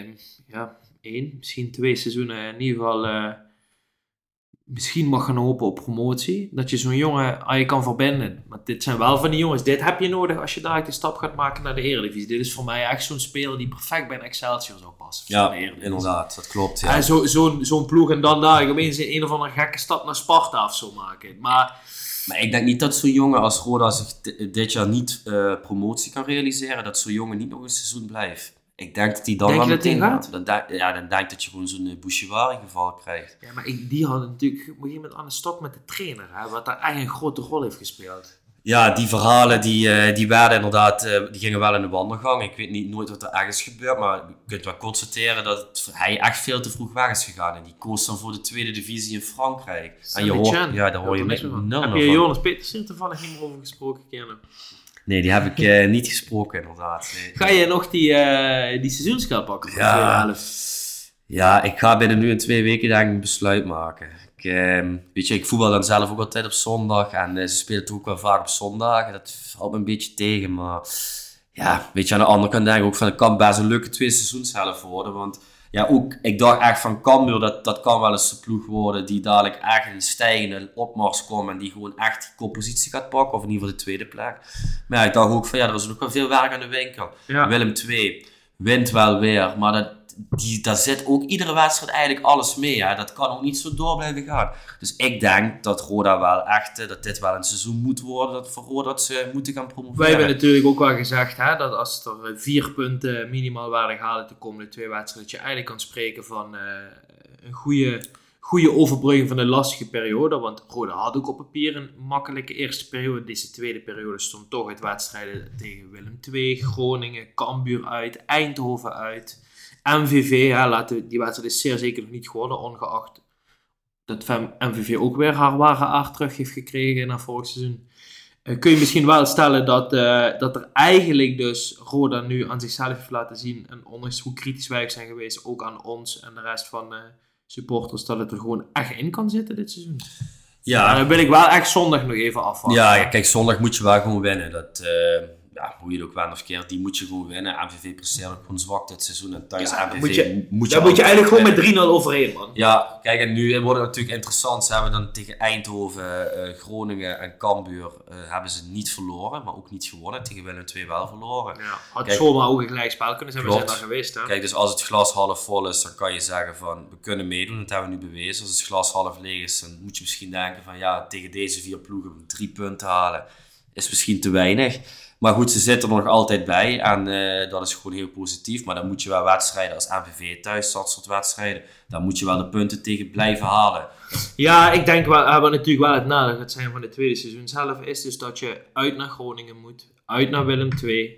1, misschien 2 seizoenen in ieder geval... misschien mag gaan hopen op promotie. Dat je zo'n jongen aan je kan verbinden. Maar dit zijn wel van die jongens. Dit heb je nodig als je daar de stap gaat maken naar de Eredivisie. Dit is voor mij echt zo'n speler die perfect bij een Excelsior zou passen. Ja, inderdaad. Dat klopt. Ja. En zo'n ploeg en dan daar opeens een of andere gekke stap naar Sparta af zou maken. Maar ik denk niet dat zo'n jongen als Roda zich dit jaar niet promotie kan realiseren. Dat zo'n jongen niet nog een seizoen blijft. Ik denk dat hij dan wel meteen gaat. Dan denk ik dat je gewoon zo'n Bouchouari geval krijgt. Ja, maar die hadden natuurlijk op een gegeven moment aan de stok met de trainer. Hè, wat daar eigenlijk een grote rol heeft gespeeld. Ja, die verhalen die werden inderdaad, die gingen wel in de wandelgang. Ik weet nooit wat er echt is gebeurd, maar je kunt wel constateren dat hij echt veel te vroeg weg is gegaan. En die koos dan voor de tweede divisie in Frankrijk. En je hoort, daar hoor je nul van. Heb je Jonas Petersen toevallig niet meer over gesproken, Kerne? Nee, die heb ik niet gesproken inderdaad. Nee. Ga je nog die seizoensgeld pakken voor de tweede helft? Ja, ik ga binnen nu in 2 weken denk ik een besluit maken. Ik voetbal dan zelf ook altijd op zondag en ze spelen toch ook wel vaak op zondag. Dat valt me een beetje tegen, maar ja, weet je, aan de andere kant denk ik ook van het kan best een leuke 2 seizoenshelft worden, want ja, ook, ik dacht echt van Cambuur, dat kan wel eens de ploeg worden die dadelijk echt in een stijgende opmars komt en die gewoon echt die koppositie gaat pakken, of in ieder geval de tweede plek. Maar ja, ik dacht ook van ja, er is ook wel veel werk aan de winkel. Ja. Willem II wint wel weer, maar daar zit ook iedere wedstrijd eigenlijk alles mee. Hè. Dat kan ook niet zo door blijven gaan. Dus ik denk dat Roda wel echt, dat dit wel een seizoen moet worden, dat voor Roda dat ze moeten gaan promoveren. Wij hebben natuurlijk ook wel gezegd, hè, dat als er 4 punten minimaal werden gehaald de komende 2 wedstrijden, dat je eigenlijk kan spreken van een goede overbrugging van een lastige periode. Want Roda had ook op papier een makkelijke eerste periode. Deze tweede periode stond toch uit wedstrijden tegen Willem II, Groningen, Cambuur uit, Eindhoven uit. MVV, die wedstrijd is zeer zeker nog niet geworden, ongeacht dat MVV ook weer haar ware aard terug heeft gekregen na vorig seizoen. Kun je misschien wel stellen dat er eigenlijk dus Roda nu aan zichzelf heeft laten zien, en ondanks hoe kritisch wij zijn geweest, ook aan ons en de rest van de supporters, dat het er gewoon echt in kan zitten dit seizoen. Ja. En dan wil ik wel echt zondag nog even afwachten. Ja, kijk, zondag moet je wel gewoon winnen. Dat... hoe je het ook wel of keer, die moet je gewoon winnen. MVV presteert ook gewoon zwak dit seizoen. En thuis MVV moet je eigenlijk gewoon met 3-0 overheen, man. Ja, kijk, en nu wordt het natuurlijk interessant. Ze hebben dan tegen Eindhoven, Groningen en Cambuur hebben ze niet verloren, maar ook niet gewonnen. Tegen Willem II wel verloren. Ja, had zomaar ook een gelijkspel kunnen zijn, we zijn daar geweest. Hè? Kijk, dus als het glas half vol is, dan kan je zeggen van, we kunnen meedoen. Dat hebben we nu bewezen. Als het glas half leeg is, dan moet je misschien denken van, ja, tegen deze 4 ploegen 3 punten halen is misschien te weinig. Maar goed, ze zitten er nog altijd bij en dat is gewoon heel positief. Maar dan moet je wel wedstrijden als MVV thuis, dat soort wedstrijden, dan moet je wel de punten tegen blijven halen. Ja, ik denk wel, wat natuurlijk wel het nadeel gaat zijn van de tweede seizoenshelft is dus dat je uit naar Groningen moet, uit naar Willem II.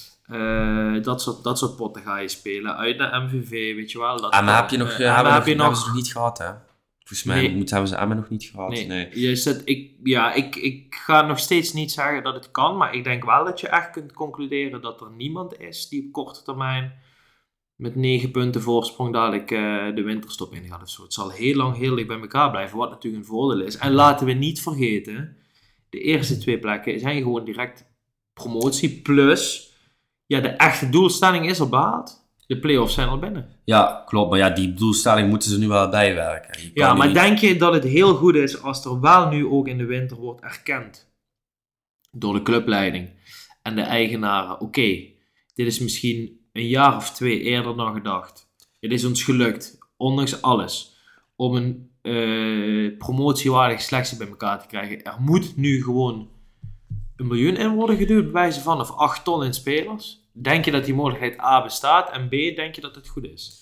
Dat soort potten ga je spelen, uit naar MVV, weet je wel. Dat maar heb je nog, hebben ze nog niet gehad, hè? Volgens mij hebben ze Emmen nog niet gehad. Nee. Ik ga nog steeds niet zeggen dat het kan, maar ik denk wel dat je echt kunt concluderen dat er niemand is die op korte termijn met 9 punten voorsprong dadelijk de winterstop ingaat of zo. Het zal heel lang heel dicht bij elkaar blijven, wat natuurlijk een voordeel is. En laten we niet vergeten, de eerste 2 plekken zijn gewoon direct promotie, plus de echte doelstelling is al behaald. De play-offs zijn al binnen. Ja, klopt. Maar ja, die doelstelling moeten ze nu wel bijwerken. Ja, maar denk je dat het heel goed is als er wel nu ook in de winter wordt erkend door de clubleiding en de eigenaren? Oké, dit is misschien een jaar of 2 eerder dan gedacht. Het is ons gelukt, ondanks alles, om een promotiewaardige selectie bij elkaar te krijgen. Er moet nu gewoon 1 miljoen in worden geduwd, bij wijze van, of 8 ton in spelers. Denk je dat die mogelijkheid A bestaat en B, denk je dat het goed is?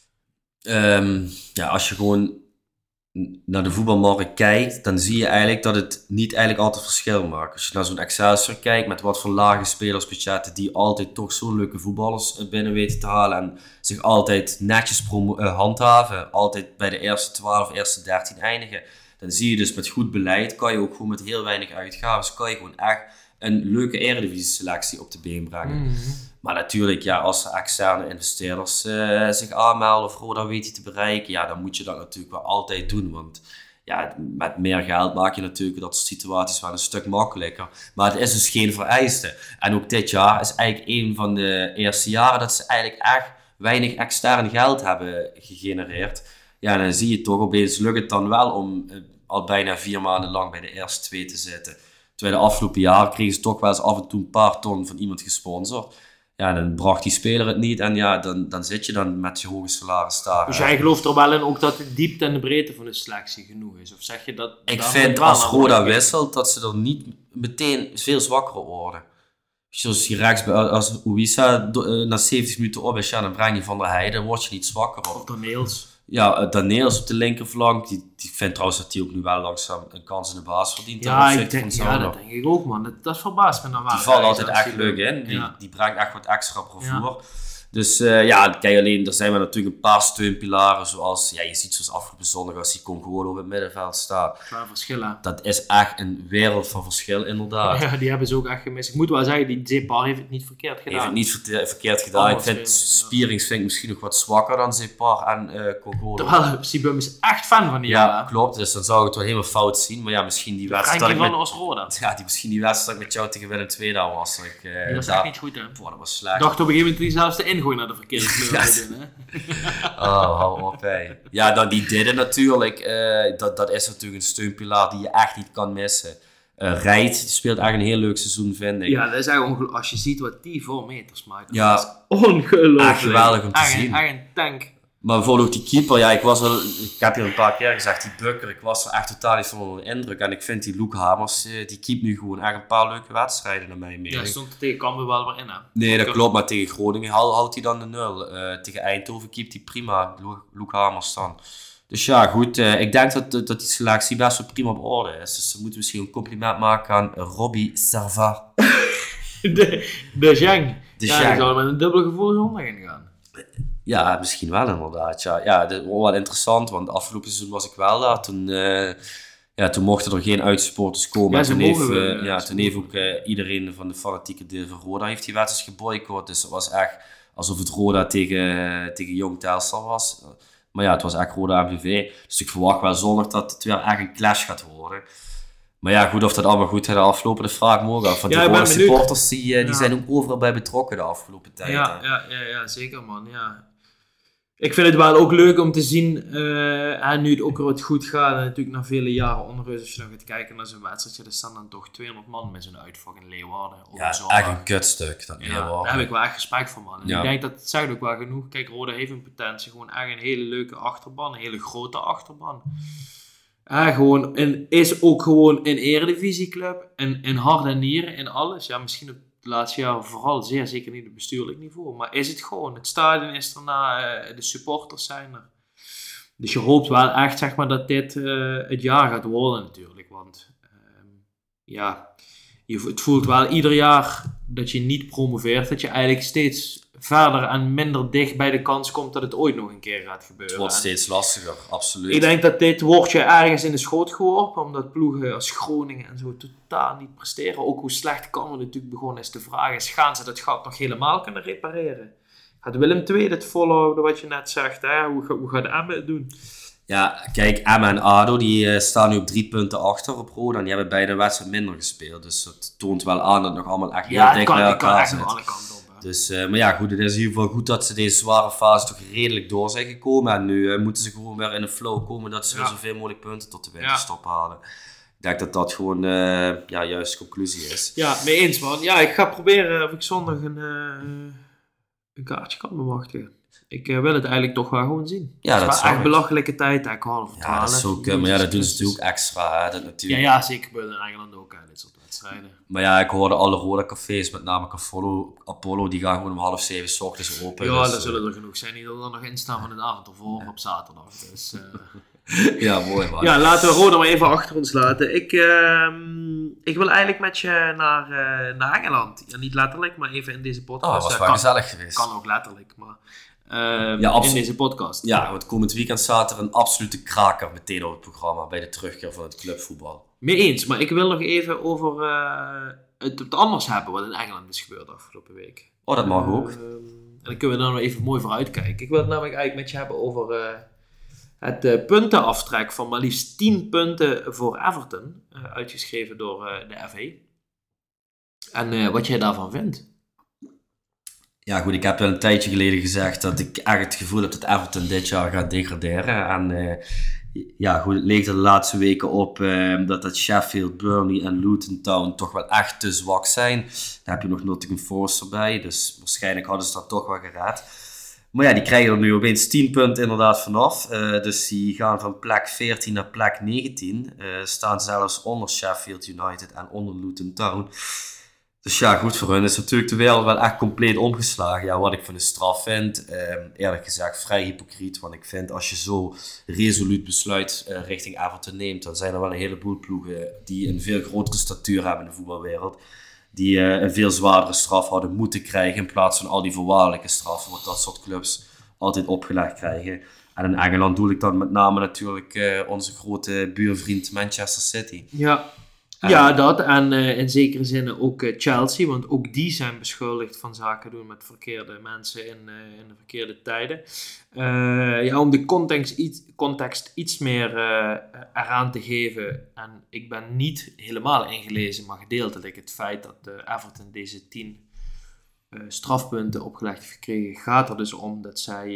Als je gewoon naar de voetbalmarkt kijkt, dan zie je eigenlijk dat het niet eigenlijk altijd verschil maakt. Als je naar zo'n Excelsior kijkt met wat voor lage spelersbudgetten die altijd toch zo'n leuke voetballers binnen weten te halen en zich altijd netjes handhaven, altijd bij de eerste 12, eerste 13 eindigen, dan zie je dus met goed beleid, kan je ook gewoon met heel weinig uitgaven, kan je gewoon echt een leuke eredivisie-selectie op de been brengen. Mm-hmm. Maar natuurlijk, als externe investeerders zich aanmelden of Roda weet te bereiken, dan moet je dat natuurlijk wel altijd doen. Want met meer geld maak je natuurlijk dat soort situaties wel een stuk makkelijker. Maar het is dus geen vereiste. En ook dit jaar is eigenlijk een van de eerste jaren dat ze eigenlijk echt weinig extern geld hebben gegenereerd. Ja, dan zie je toch opeens lukt het dan wel om al bijna 4 maanden lang bij de eerste 2 te zitten. Terwijl de afgelopen jaren kregen ze toch wel eens af en toe een paar ton van iemand gesponsord. Ja, dan bracht die speler het niet en dan zit je dan met je hoge salaris daar. Dus jij gelooft er wel in ook dat de diepte en de breedte van de selectie genoeg is? Of zeg je dat... Ik vind als Roda wisselt, dat ze er niet meteen veel zwakker worden. Zoals je rechts, als Uwisa na 70 minuten op is, dan breng je Van der Heijden, dan word je niet zwakker. Of Daneels. Ja, Daneels op de linkerflank. Die vindt trouwens dat hij ook nu wel langzaam een kans in de baas verdient. Ja, dat denk ik ook, man. Dat verbaast me dan wel. Die valt altijd echt leuk in. Die brengt echt wat extra bravoure. Dus kijk, alleen, er zijn natuurlijk een paar steunpilaren, zoals, je ziet zoals afgelopen zondag als die Congolo op het middenveld staat. Qua verschillen. Dat is echt een wereld van verschil, inderdaad. Ja, die hebben ze ook echt gemist. Ik moet wel zeggen, die Zepar heeft het niet verkeerd gedaan. Heeft het niet verkeerd gedaan. Ik vind Spierings vind ik misschien nog wat zwakker dan Zepar en Congolo. Terwijl Sibum is echt fan van die Ja, klopt. Dus dan zou ik het wel helemaal fout zien. Maar misschien die wedstrijd van Osroda. Misschien die wedstrijd met jou tegen Willem II daar was. Dat was echt niet goed, hè? Boah, dat was slecht. Ik dacht op een gegeven moment die zelfs de ingooi naar de verkeerde kleur te doen, hè? Hou op, hè. Ja, dan die derde natuurlijk. Dat is natuurlijk een steunpilaar die je echt niet kan missen. Rijt speelt echt een heel leuk seizoen, vind ik. Ja, dat is eigenlijk ongelooflijk. Als je ziet wat die voor meters maakt. Ja, dat is ongelooflijk. Echt geweldig om te zien. Echt een tank. Maar bijvoorbeeld ook die keeper, ik heb hier een paar keer gezegd, die Bukker, ik was er echt totaal niet van onder de indruk. En ik vind die Luc Hamers, die keept nu gewoon echt een paar leuke wedstrijden naar mijn mening. Ja, stond er tegen Cambuur wel weer in, hè? Nee, dat klopt, maar tegen Groningen houdt hij dan de 0. Tegen Eindhoven keept hij prima, Luc Hamers dan. Dus ja, goed, ik denk dat die selectie best wel prima op orde is. Dus we moeten misschien een compliment maken aan Robbie Servat. De Zhang. Die Zhang. zou met een dubbel gevoel zondag ingaan. Ja, misschien wel inderdaad. Ja, dat is wel interessant, want afgelopen seizoen was ik wel daar. Toen mochten er geen uitsupporters komen. Ja, toen heeft ook iedereen van de fanatieke deel van Roda heeft die wedstrijd geboycott. Dus het was echt alsof het Roda tegen Jong Telstar was. Maar ja, het was echt Roda MVV. Dus ik verwacht wel zondag dat het weer echt een clash gaat worden. Maar ja, goed, of dat allemaal goed gaat aflopen, de vraag morgen af. Want die Roda supporters die zijn ook overal bij betrokken de afgelopen tijd. Ja, zeker man. Ja. Ik vind het wel ook leuk om te zien, en nu het ook wat goed gaat, en natuurlijk na vele jaren onrust, als je dan gaat kijken naar zo'n wedstrijdje, er staan dan toch 200 man met zo'n uitvak in Leeuwarden. Ja, echt een kutstuk. Daar heb ik wel echt respect voor, man. En ik denk dat het zegt ook wel genoeg. Kijk, Roda heeft een potentie, gewoon echt een hele leuke achterban, een hele grote achterban. Is ook gewoon een eredivisieclub, in hart en nieren, in alles. Ja, misschien op het laatste jaar vooral zeer zeker niet op bestuurlijk niveau, maar is het gewoon. Het stadion is erna, de supporters zijn er. Dus je hoopt wel echt, zeg maar, dat dit het jaar gaat worden natuurlijk, want het voelt wel ieder jaar dat je niet promoveert, dat je eigenlijk steeds verder en minder dicht bij de kans komt dat het ooit nog een keer gaat gebeuren. Het wordt steeds lastiger, absoluut. Ik denk dat dit woordje ergens in de schoot geworpen, omdat ploegen als Groningen en zo totaal niet presteren. Ook hoe slecht kan het natuurlijk begonnen is. De vraag is, gaan ze dat gat nog helemaal kunnen repareren? Gaat Willem II dit volhouden, wat je net zegt? Hè? Hoe gaat Emmen het doen? Ja, kijk, Emmen en ADO die staan nu op 3 punten achter op Roda en die hebben beide wedstrijden minder gespeeld. Dus dat toont wel aan dat het nog allemaal echt heel dik bij elkaar zit. Alle kanten op. Dus, maar ja, goed, het is in ieder geval goed dat ze deze zware fase toch redelijk door zijn gekomen. En nu moeten ze gewoon weer in een flow komen dat ze weer zoveel mogelijk punten tot de winterstop halen. Ik denk dat dat gewoon juist de conclusie is. Ja, mee eens man. Ja, ik ga proberen of ik zondag een kaartje kan bemachtigen. Ik wil het eigenlijk toch wel gewoon zien. Ja, dat is echt belachelijke tijd. Ik hou van 12. Dat is ook, maar ja, dat doen ze natuurlijk extra. Hè, dat natuurlijk. Ja, zeker bij in Engeland ook, hè, dit soort wedstrijden. Maar ja, ik hoorde alle Roda cafés, met name Apollo, die gaan gewoon om 6:30 's ochtends open. Ja, dus, er zullen er genoeg zijn die er dan nog in staan van de avond ervoor op zaterdag. Dus, ja, mooi man. Ja, laten we Roda maar even achter ons laten. Ik wil eigenlijk met je naar Engeland. Ja, niet letterlijk, maar even in deze podcast. Dat was wel gezellig geweest. Kan ook letterlijk, maar in deze podcast. Ja, want komend weekend staat er een absolute kraker meteen op het programma bij de terugkeer van het clubvoetbal. Mee eens, maar ik wil nog even over het anders hebben wat in Engeland is gebeurd afgelopen week. Oh, dat mag ook. En dan kunnen we dan nog even mooi vooruitkijken. Ik wil het namelijk eigenlijk met je hebben over het puntenaftrek van maar liefst 10 punten voor Everton, uitgeschreven door de FA. En wat jij daarvan vindt. Ja goed, ik heb wel een tijdje geleden gezegd dat ik echt het gevoel heb dat Everton dit jaar gaat degraderen. En ja goed, het leek er de laatste weken op dat Sheffield, Burnley en Luton Town toch wel echt te zwak zijn. Daar heb je nog Nottingham Forest erbij, dus waarschijnlijk hadden ze dat toch wel gered. Maar ja, die krijgen er nu opeens 10 punten inderdaad vanaf. Dus die gaan van plek 14 naar plek 19. Staan zelfs onder Sheffield United en onder Luton Town. Dus ja, goed, voor hun is natuurlijk de wereld wel echt compleet omgeslagen. Ja, wat ik van de straf vind, eerlijk gezegd vrij hypocriet. Want ik vind als je zo resoluut besluit richting Everton neemt, dan zijn er wel een heleboel ploegen die een veel grotere statuur hebben in de voetbalwereld. die een veel zwaardere straf hadden moeten krijgen in plaats van al die voorwaardelijke straffen, wat dat soort clubs altijd opgelegd krijgen. En in Engeland doe ik dan met name natuurlijk onze grote buurvriend Manchester City. Ja, dat. En in zekere zin ook Chelsea, want ook die zijn beschuldigd van zaken doen met verkeerde mensen in de verkeerde tijden. Om de context iets meer eraan te geven, en ik ben niet helemaal ingelezen, maar gedeeltelijk het feit dat Everton deze 10 strafpunten opgelegd heeft gekregen, gaat er dus om dat zij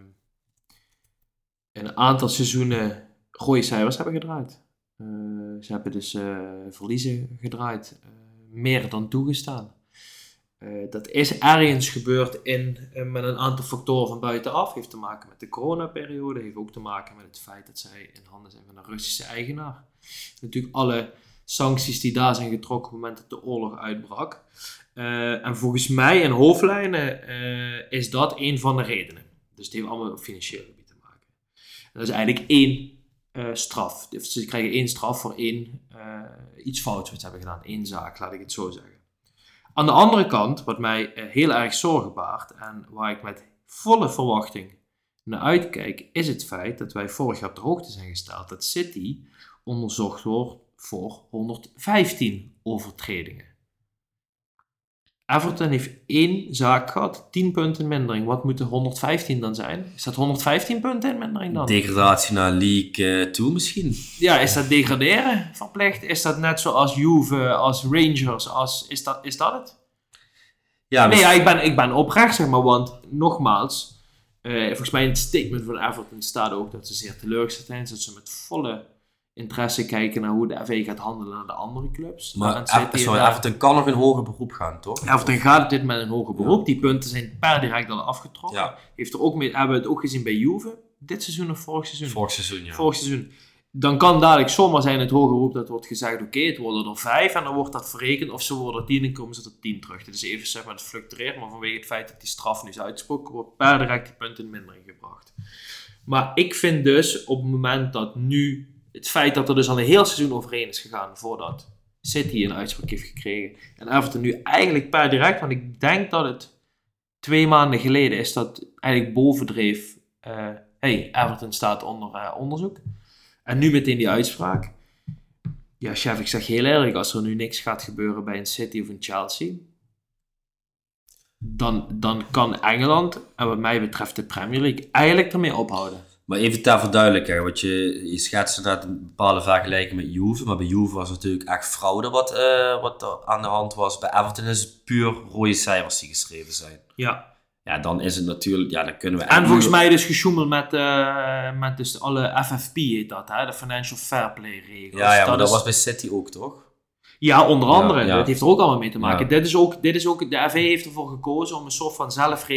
in een aantal seizoenen rode cijfers hebben gedraaid. Ze hebben dus verliezen gedraaid, meer dan toegestaan. Dat is ergens gebeurd met een aantal factoren van buitenaf. Heeft te maken met de coronaperiode, heeft ook te maken met het feit dat zij in handen zijn van een Russische eigenaar. Natuurlijk alle sancties die daar zijn getrokken op het moment dat de oorlog uitbrak. En volgens mij in hoofdlijnen is dat een van de redenen. Dus het heeft allemaal op financieel gebied te maken. En dat is eigenlijk één straf. Dus ze krijgen 1 straf voor iets fouts wat ze hebben gedaan. 1 zaak, laat ik het zo zeggen. Aan de andere kant, wat mij heel erg zorgen baart en waar ik met volle verwachting naar uitkijk, is het feit dat wij vorig jaar op de hoogte zijn gesteld dat City onderzocht wordt voor 115 overtredingen. Everton heeft 1 zaak gehad, 10 punten mindering. Wat moet de 115 dan zijn? Is dat 115 punten in mindering dan? Degradatie naar League 2 misschien? Ja, is dat degraderen verplicht? Is dat net zoals Juve, als Rangers? Is dat het? Ja, nee, ik ben oprecht, zeg maar, want nogmaals, volgens mij in het statement van Everton staat ook dat ze zeer teleurgesteld zijn, dat ze met volle interesse kijken naar hoe de FA gaat handelen naar de andere clubs. Maar Everton kan nog in hoger beroep gaan, toch? Everton gaat dit met een hoger beroep. Ja. Die punten zijn per direct al afgetrokken. Ja. Hebben we het ook gezien bij Juve? Dit seizoen of vorig seizoen? Vorig seizoen. Dan kan dadelijk zomaar zijn het hoger beroep dat wordt gezegd, oké, het worden er 5 en dan wordt dat verrekend. Of ze worden 10 en komen ze tot 10 terug. Dit is even, zeg maar, het fluctueert, maar vanwege het feit dat die straf nu is uitgesproken, wordt per direct die punten in mindering gebracht. Maar ik vind dus, op het moment dat nu het feit dat er dus al een heel seizoen overheen is gegaan voordat City een uitspraak heeft gekregen. En Everton nu eigenlijk per direct, want ik denk dat het 2 maanden geleden is dat eigenlijk bovendreef, Everton staat onder onderzoek. En nu meteen die uitspraak. Ja, chef, ik zeg heel eerlijk, als er nu niks gaat gebeuren bij een City of een Chelsea, dan kan Engeland, en wat mij betreft de Premier League, eigenlijk ermee ophouden. Maar even ter verduidelijking, want je schetst inderdaad een bepaalde vergelijking met Juve, maar bij Juve was natuurlijk echt fraude wat er aan de hand was. Bij Everton is het puur rode cijfers die geschreven zijn. Ja, dan is het natuurlijk, dan kunnen we... En volgens mij dus gesjoemeld met dus alle FFP heet dat, hè? De Financial Fair Play regels. Ja, maar dat was bij City ook, toch? Ja, onder andere. Ja. Dat heeft er ook allemaal mee te maken. Ja. Dit is ook, de FA heeft ervoor gekozen om een soort van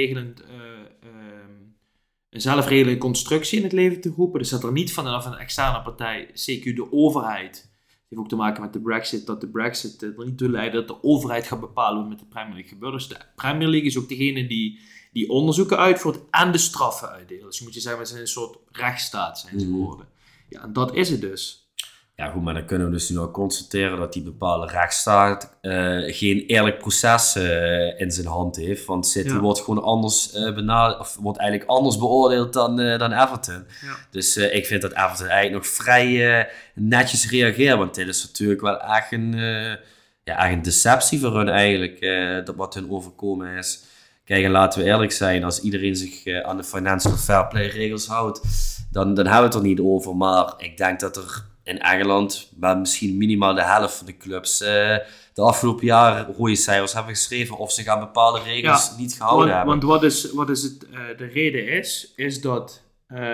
zelfregelende constructie in het leven te roepen. Dus dat er niet vanaf een externe partij, CQ de overheid, het heeft ook te maken met de Brexit, dat de Brexit er niet toe leidt dat de overheid gaat bepalen wat met de Premier League gebeurt. Dus de Premier League is ook degene die onderzoeken uitvoert en de straffen uitdeelt. Dus je moet je zeggen, we zijn een soort rechtsstaat zijn ze geworden. Ja, en dat is het dus. Ja goed, maar dan kunnen we dus nu al constateren dat die bepaalde rechtsstaat geen eerlijk proces in zijn hand heeft. Want City wordt gewoon anders wordt eigenlijk anders beoordeeld dan Everton. Ja. Dus ik vind dat Everton eigenlijk nog vrij netjes reageert. Want dit is natuurlijk wel echt een deceptie voor hun eigenlijk, dat wat hun overkomen is. Kijk, en laten we eerlijk zijn, als iedereen zich aan de Financial Fair Play regels houdt, dan hebben we het er niet over. Maar ik denk dat er in Engeland, maar misschien minimaal de helft van de clubs de afgelopen jaren rode cijfers hebben geschreven of zich aan bepaalde regels niet gehouden hebben. Want wat is het, de reden is dat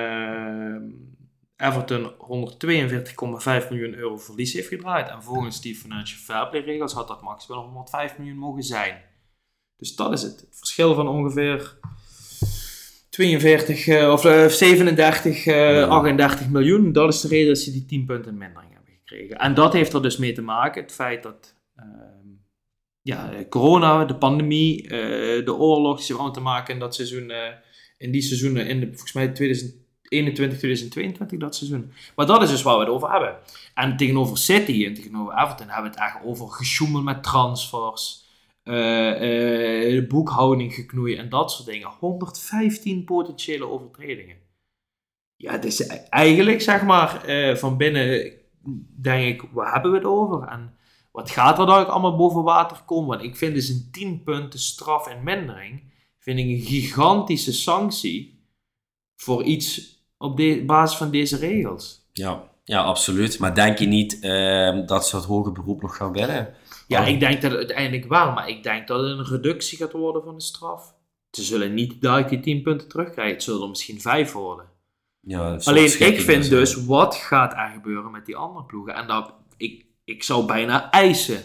Everton 142,5 miljoen euro verlies heeft gedraaid. En volgens die Financial Fair Play regels had dat maximaal 105 miljoen mogen zijn. Dus dat is het. Het verschil van ongeveer 37, 38 miljoen. Dat is de reden dat ze die 10 punten mindering hebben gekregen. En dat heeft er dus mee te maken. Het feit dat corona, de pandemie, de oorlog, ze hebben allemaal te maken in dat seizoen. In die seizoenen, volgens mij 2022 dat seizoen. Maar dat is dus waar we het over hebben. En tegenover City en tegenover Everton hebben we het echt over gesjoemel met transfers, boekhouding geknoeien en dat soort dingen. 115 potentiële overtredingen. Ja, het is eigenlijk, zeg maar, van binnen denk ik, waar hebben we het over? En wat gaat er dan allemaal boven water komen? Want ik vind dus een 10 punten straf en mindering, vind ik een gigantische sanctie voor iets op basis van deze regels. Ja, absoluut. Maar denk je niet dat ze het hoger beroep nog gaan winnen? Ja, ik denk dat het uiteindelijk wel, maar ik denk dat het een reductie gaat worden van de straf. Ze zullen niet duidelijk die 10 punten terugkrijgen. Het zullen er misschien 5 worden. Ja, alleen ik vind dus, wat gaat er gebeuren met die andere ploegen? En dat, ik zou bijna eisen,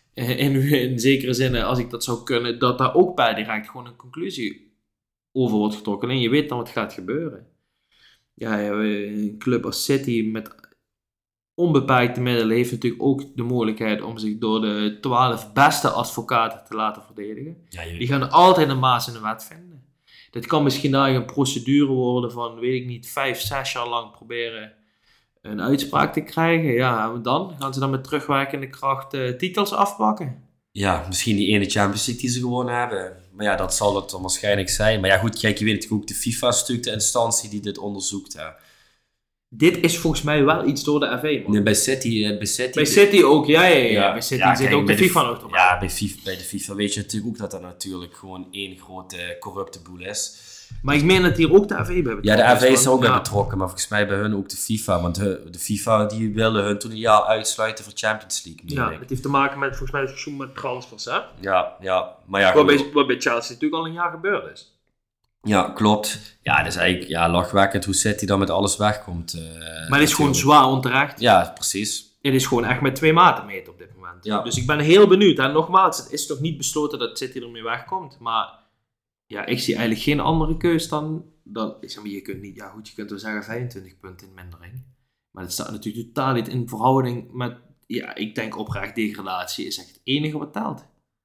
in zekere zin, als ik dat zou kunnen, dat daar ook bij direct gewoon een conclusie over wordt getrokken. En je weet dan wat gaat gebeuren. Ja, een club als City met onbeperkte middelen heeft natuurlijk ook de mogelijkheid om zich door de 12 beste advocaten te laten verdedigen. Ja, die gaan altijd een maas in de wet vinden. Dit kan misschien een procedure worden van, weet ik niet, 5, 6 jaar lang proberen een uitspraak te krijgen. Ja, en dan gaan ze dan met terugwerkende kracht titels afpakken. Ja, misschien die ene Champions League die ze gewonnen hebben. Maar ja, dat zal het dan waarschijnlijk zijn. Maar ja, goed, kijk, je weet natuurlijk ook, de FIFA is natuurlijk de instantie die dit onderzoekt. Hè. Dit is volgens mij wel iets door de FA, man. Nee, bij City ook, ja. Bij City zit ook de FIFA nog erbij. Ja, bij de FIFA weet je natuurlijk ook dat dat natuurlijk gewoon één grote corrupte boel is. Maar ik meen dat hier ook de FA bij betrokken is. Ja, de FA is er ook bij betrokken, maar volgens mij bij hun ook de FIFA. Want de FIFA die wilde hun toen een jaar uitsluiten voor Champions League. Ja, het heeft te maken met volgens mij het seizoen met transfers, hè? Ja. Maar ja, wat bij Chelsea natuurlijk al een jaar gebeurd is. Ja, klopt. Ja, het is eigenlijk lachwekkend hoe City dan met alles wegkomt. Maar het is gewoon zwaar onterecht. Ja, precies. Het is gewoon echt met 2 maten meten op dit moment. Ja. Dus ik ben heel benieuwd. En nogmaals, het is nog niet besloten dat City ermee wegkomt. Maar ja, ik zie eigenlijk geen andere keus dan ik zeg maar, je kunt niet, ja goed, je kunt wel zeggen 25 punten in mindering. Maar het staat natuurlijk totaal niet in verhouding met, ja, ik denk oprecht degradatie is echt het enige wat telt.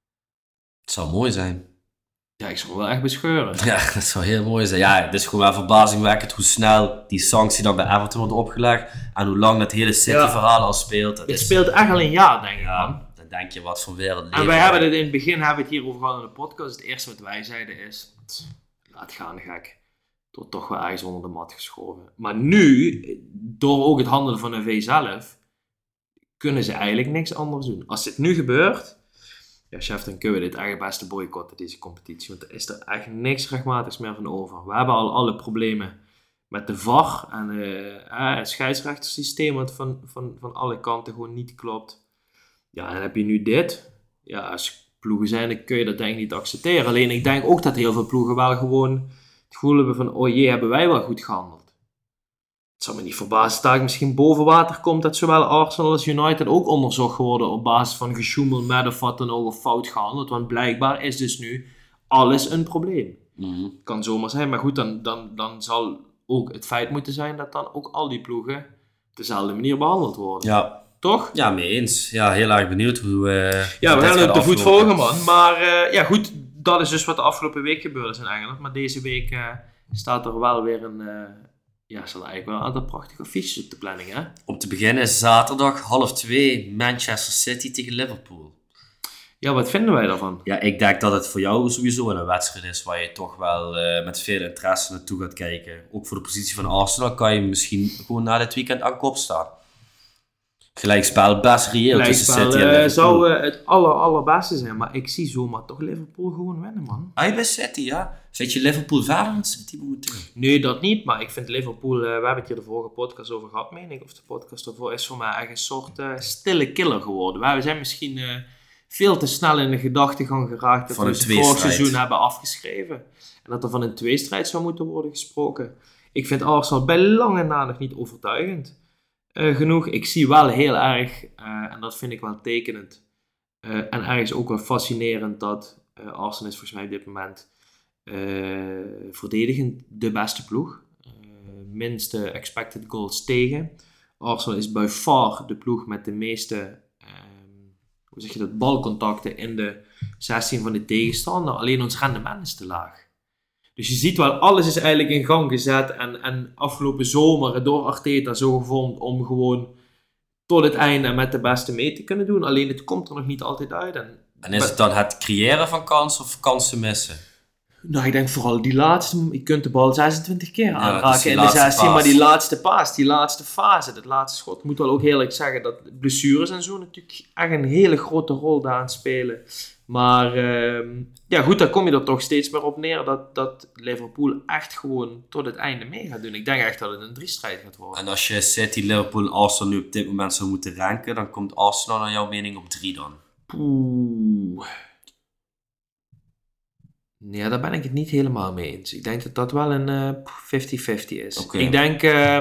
Het zou mooi zijn. Ja, ik zou wel echt bescheuren. Ja, dat zou heel mooi zijn. Ja, het is gewoon wel verbazingwekkend hoe snel die sanctie dan bij Everton wordt opgelegd en hoe lang dat hele City-verhaal al speelt. Het speelt echt al een jaar, denk ik, man. Dan denk je, wat voor wereld leven. En wij hebben het in het begin het hierover gehad in de podcast. Het eerste wat wij zeiden is, laat gaan, gek. Tot toch wel ergens onder de mat geschoven. Maar nu, door ook het handelen van de V zelf, kunnen ze eigenlijk niks anders doen. Als dit nu gebeurt, ja, chef, dan kunnen we dit eigenlijk best boycotten, deze competitie. Want er is er echt niks rechtmatigs meer van over. We hebben al alle problemen met de VAR en het scheidsrechtersysteem, wat van alle kanten gewoon niet klopt. Ja, en dan heb je nu dit. Ja, als ploegen zijn, dan kun je dat denk ik niet accepteren. Alleen ik denk ook dat heel veel ploegen wel gewoon het gevoel hebben van, oh jee, hebben wij wel goed gehandeld. Het zou me niet verbazen dat ik misschien boven water komt dat zowel Arsenal als United ook onderzocht worden op basis van gesjoemel met of wat dan ook of fout gehandeld. Want blijkbaar is dus nu alles een probleem. Mm-hmm. Kan zomaar zijn, maar goed, dan zal ook het feit moeten zijn dat dan ook al die ploegen op dezelfde manier behandeld worden. Ja. Toch? Ja, mee eens. Ja, heel erg benieuwd hoe... ja, we gaan het op de voet volgen, man. Maar ja, goed, dat is dus wat de afgelopen week gebeurd is in Engeland. Maar deze week staat er wel weer een... zal eigenlijk wel een aantal prachtige affiches op de planning, hè? Om te beginnen zaterdag 1:30 Manchester City tegen Liverpool. Ja, wat vinden wij daarvan? Ja, ik denk dat het voor jou sowieso een wedstrijd is waar je toch wel met veel interesse naartoe gaat kijken. Ook voor de positie van Arsenal kan je misschien gewoon na dit weekend aan kop staan. Gelijkspel best reëel tussen City en Liverpool. Zou het allerbeste zijn, maar ik zie zomaar toch Liverpool gewoon winnen, man. Bij City, ja. Zet je Liverpool verder dan City momenteel? Nee, dat niet, maar ik vind Liverpool, we hebben het hier de vorige podcast over gehad, meen ik, of de podcast ervoor, is voor mij echt een soort stille killer geworden. We zijn misschien veel te snel in de gedachtegang geraakt dat we het vorig seizoen hebben afgeschreven. En dat er van een tweestrijd zou moeten worden gesproken. Ik vind Arsenal bij lange na nog niet overtuigend. Genoeg. Ik zie wel heel erg, en dat vind ik wel tekenend, en ergens ook wel fascinerend, dat Arsenal is volgens mij op dit moment verdedigend de beste ploeg. Minste expected goals tegen. Arsenal is by far de ploeg met de meeste balcontacten in de 16 van de tegenstander. Alleen ons rendement is te laag. Dus je ziet wel, alles is eigenlijk in gang gezet. En afgelopen zomer door Arteta zo gevormd om gewoon tot het einde met de beste mee te kunnen doen. Alleen het komt er nog niet altijd uit. En is het dan het creëren van kansen of kansen missen? Nou, ik denk vooral die laatste. Je kunt de bal 26 keer aanraken in de 16, paas. maar die laatste paas, die laatste fase, dat laatste schot. Ik moet wel ook eerlijk zeggen dat blessures en zo natuurlijk echt een hele grote rol daarin spelen. Maar goed, dan kom je er toch steeds meer op neer dat Liverpool echt gewoon tot het einde mee gaat doen. Ik denk echt dat het een 3-strijd gaat worden. En als je City, Liverpool en Arsenal nu op dit moment zou moeten ranken, dan komt Arsenal naar jouw mening op 3 dan? Oeh. Nee, daar ben ik het niet helemaal mee eens. Ik denk dat dat wel een 50-50 is. Okay. Ik denk...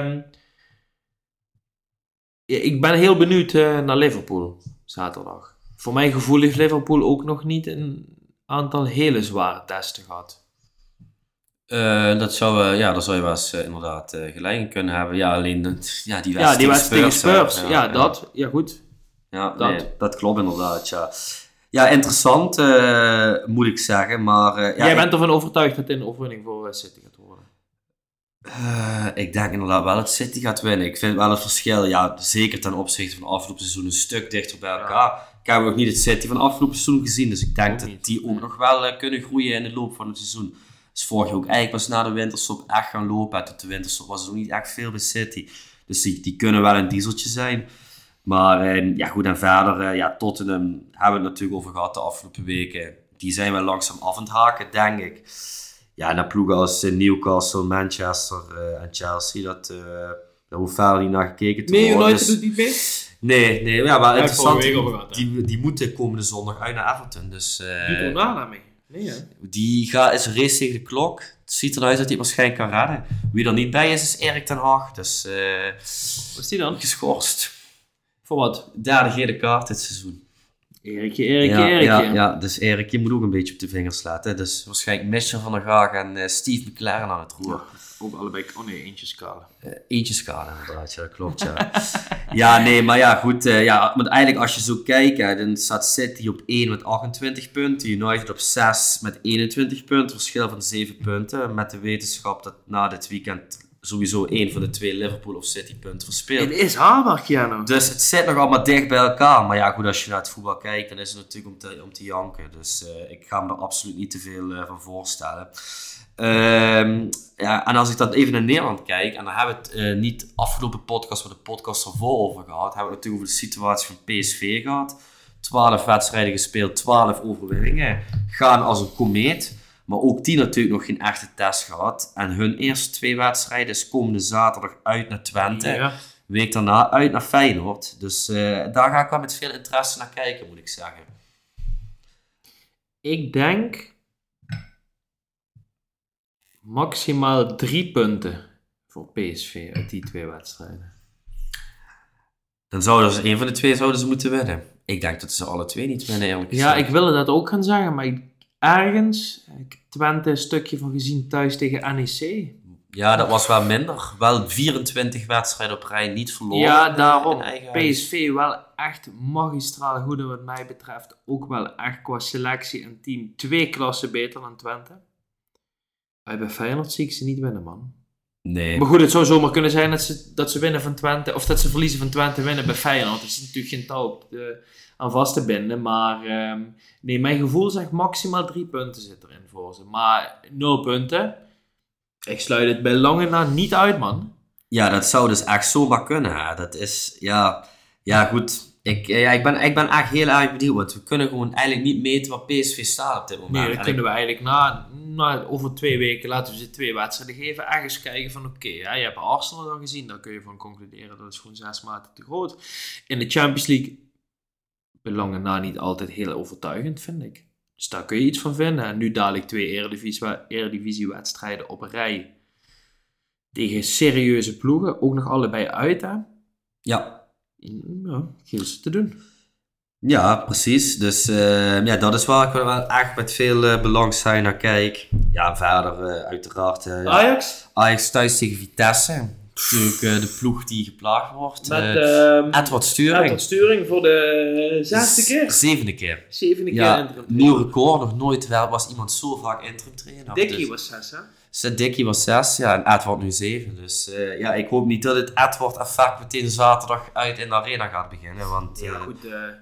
ik ben heel benieuwd naar Liverpool zaterdag. Voor mijn gevoel heeft Liverpool ook nog niet een aantal hele zware testen gehad. Daar zou je wel eens inderdaad gelijk in kunnen hebben. Ja, alleen die wedstrijd tegen Spurs. Ja, goed. Ja, dat klopt inderdaad, ja. Ja, interessant moet ik zeggen, maar... Jij bent ervan overtuigd dat het een overwinning voor City gaat worden? Ik denk inderdaad wel dat City gaat winnen. Ik vind wel het verschil, zeker ten opzichte van het afgelopen seizoen, een stuk dichter bij elkaar. Ik heb ook niet het City van het afgelopen seizoen gezien, dus ik denk dat die ook nog wel kunnen groeien in de loop van het seizoen. Dus vorig jaar ook eigenlijk pas na de winterstop echt gaan lopen. En tot de winterstop was er ook niet echt veel bij City. Dus die kunnen wel een dieseltje zijn. Maar goed, en verder, Tottenham hebben we het natuurlijk over gehad de afgelopen weken. Die zijn wel langzaam af aan het haken, denk ik. Ja, en dan ploegen als Newcastle, Manchester en Chelsea, daar hoeft verder niet naar gekeken te worden. Nee, United doet niet mee? Nee, ja, maar interessant. Die moeten komende zondag uit naar Everton. Dus, doet Onana mee? Nee, hè? Die is een race tegen de klok. Het ziet eruit dat hij waarschijnlijk kan redden. Wie er niet bij is Erik ten Hag. Dus, wat is die dan? Geschorst. Voor wat? Derde gele kaart dit seizoen. Erikje. Ja, dus Erik, je moet ook een beetje op de vingers laten. Dus waarschijnlijk Michel van der Graag en Steve McLaren aan het roer. Ja, ook allebei, eentje skalen. Eentje skalen, inderdaad, ja, dat klopt, ja. Ja, nee, maar ja, goed. Want eigenlijk als je zo kijkt, dan staat City op 1 met 28 punten. United op 6 met 21 punten. Verschil van 7 punten. Met de wetenschap dat na dit weekend sowieso 1 van de 2 Liverpool of City punten verspeelt. Het is haalbaar, Keanu. Dus het zit nog allemaal dicht bij elkaar. Maar ja, goed, als je naar het voetbal kijkt, dan is het natuurlijk om te janken. Dus ik ga me er absoluut niet te veel van voorstellen. En als ik dan even naar Nederland kijk, en dan hebben we het niet afgelopen podcast, maar de podcast ervoor over gehad, hebben we het natuurlijk over de situatie van PSV gehad. 12 wedstrijden gespeeld, 12 overwinningen. Gaan als een komeet. Maar ook die natuurlijk nog geen echte test gehad. En hun eerste 2 wedstrijden is komende zaterdag uit naar Twente. Ja. Week daarna uit naar Feyenoord. Dus daar ga ik wel met veel interesse naar kijken, moet ik zeggen. Ik denk maximaal 3 punten voor PSV uit die 2 wedstrijden. Dan zouden ze een van de 2 zouden ze moeten winnen. Ik denk dat ze alle 2 niet winnen, eerlijk gezegd. Ja, ik wilde dat ook gaan zeggen, maar ergens, ik heb Twente een stukje van gezien thuis tegen NEC. Ja, dat was wel minder. Wel 24 wedstrijden op rij niet verloren. Ja, daarom. PSV wel echt magistraal goed wat mij betreft. Ook wel echt qua selectie en team 2 klassen beter dan Twente. Bij Feyenoord zie ik ze niet winnen, man. Nee. Maar goed, het zou zomaar kunnen zijn dat ze winnen van Twente, of dat ze verliezen van Twente winnen bij Feyenoord. Dat is natuurlijk geen touw aan vast te binden, maar nee, mijn gevoel zegt maximaal 3 punten zit erin voor ze. Maar 0 punten, ik sluit het bij lange na niet uit, man. Ja, dat zou dus echt zomaar kunnen, hè. Dat is, ja goed. Ik ben echt heel erg benieuwd, want we kunnen gewoon eigenlijk niet meten waar PSV staat op dit moment. Nee, dat kunnen we eigenlijk na over 2 weken, laten we ze 2 wedstrijden geven, ergens kijken van oké, je hebt Arsenal al gezien, daar kun je van concluderen dat is gewoon 6 maten te groot. In de Champions League belangen na niet altijd heel overtuigend, vind ik. Dus daar kun je iets van vinden. En nu dadelijk 2 Eredivisie-wedstrijden op een rij tegen serieuze ploegen, ook nog allebei uit, hè? Ja, heel ze te doen. Ja, precies. Dus dat is waar ik wel echt met veel belangstelling naar kijk. Ja, verder uiteraard. Ajax thuis tegen Vitesse. Natuurlijk de ploeg die geplaagd wordt. Met Edward Sturing. Edward Sturing voor de 6e keer. 7e keer. 7e keer Ja, nieuw record. Nog nooit was iemand zo vaak interim trainer. Dickie was 6, hè? Dickie was 6, ja, en Edward nu 7. Dus ik hoop niet dat het Edward-effect meteen zaterdag uit in de arena gaat beginnen. Want, ja, goed.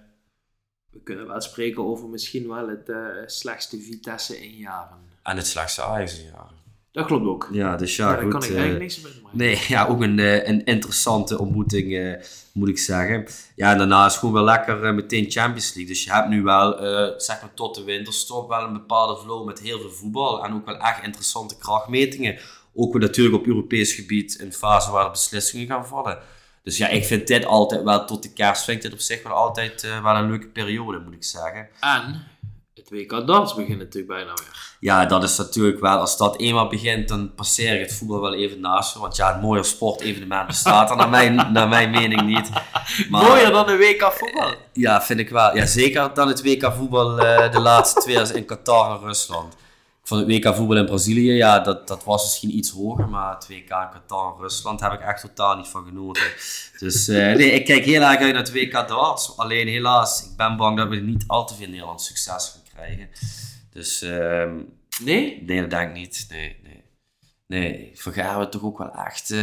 We kunnen wel spreken over misschien wel het slechtste Vitesse in jaren. En het slechtste Ajax in jaren. Dat klopt ook. Ja, dus ja, daar goed. Kan ik eigenlijk niks mee maken. Nee, ja, ook een interessante ontmoeting, moet ik zeggen. Ja, en daarna is gewoon wel lekker meteen Champions League. Dus je hebt nu wel, zeg maar tot de winterstop, wel een bepaalde flow met heel veel voetbal. En ook wel echt interessante krachtmetingen. Ook weer natuurlijk op Europees gebied in fase waar de beslissingen gaan vallen. Dus ja, ik vind dit altijd wel, tot de kerst vind ik dit op zich wel altijd wel een leuke periode, moet ik zeggen. En het WK darts begint natuurlijk bijna weer. Ja, dat is natuurlijk wel, als dat eenmaal begint, dan passeer ik het voetbal wel even naast me. Want ja, een mooier sportevenement bestaat er naar mijn mening niet. Maar, mooier dan de WK voetbal? Ja, vind ik wel. Ja, zeker dan het WK voetbal de laatste 2 jaar in Qatar en Rusland. Van het WK voetbal in Brazilië, ja, dat was misschien iets hoger. Maar het WK in Qatar en Rusland heb ik echt totaal niet van genoten. Dus nee, ik kijk heel erg uit naar het WK darts. Alleen helaas, ik ben bang dat we niet al te veel Nederlands succes gaan krijgen. Dus nee? Nee, dat denk ik niet. Nee, Van Gaal we toch ook wel echt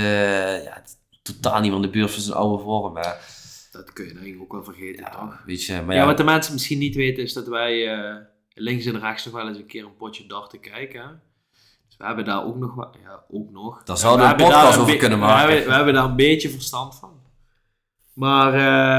totaal niet van de buurt van zijn oude vorm. Hè. Dat kun je eigenlijk ook wel vergeten, ja, toch? Weet je, maar ja, wat de mensen misschien niet weten is dat wij links en rechts nog wel eens een keer een potje darten kijken. Hè? Dus we hebben daar ook nog wat... Ja, ook nog. Daar zouden we een podcast over kunnen maken. We hebben daar een beetje verstand van. Maar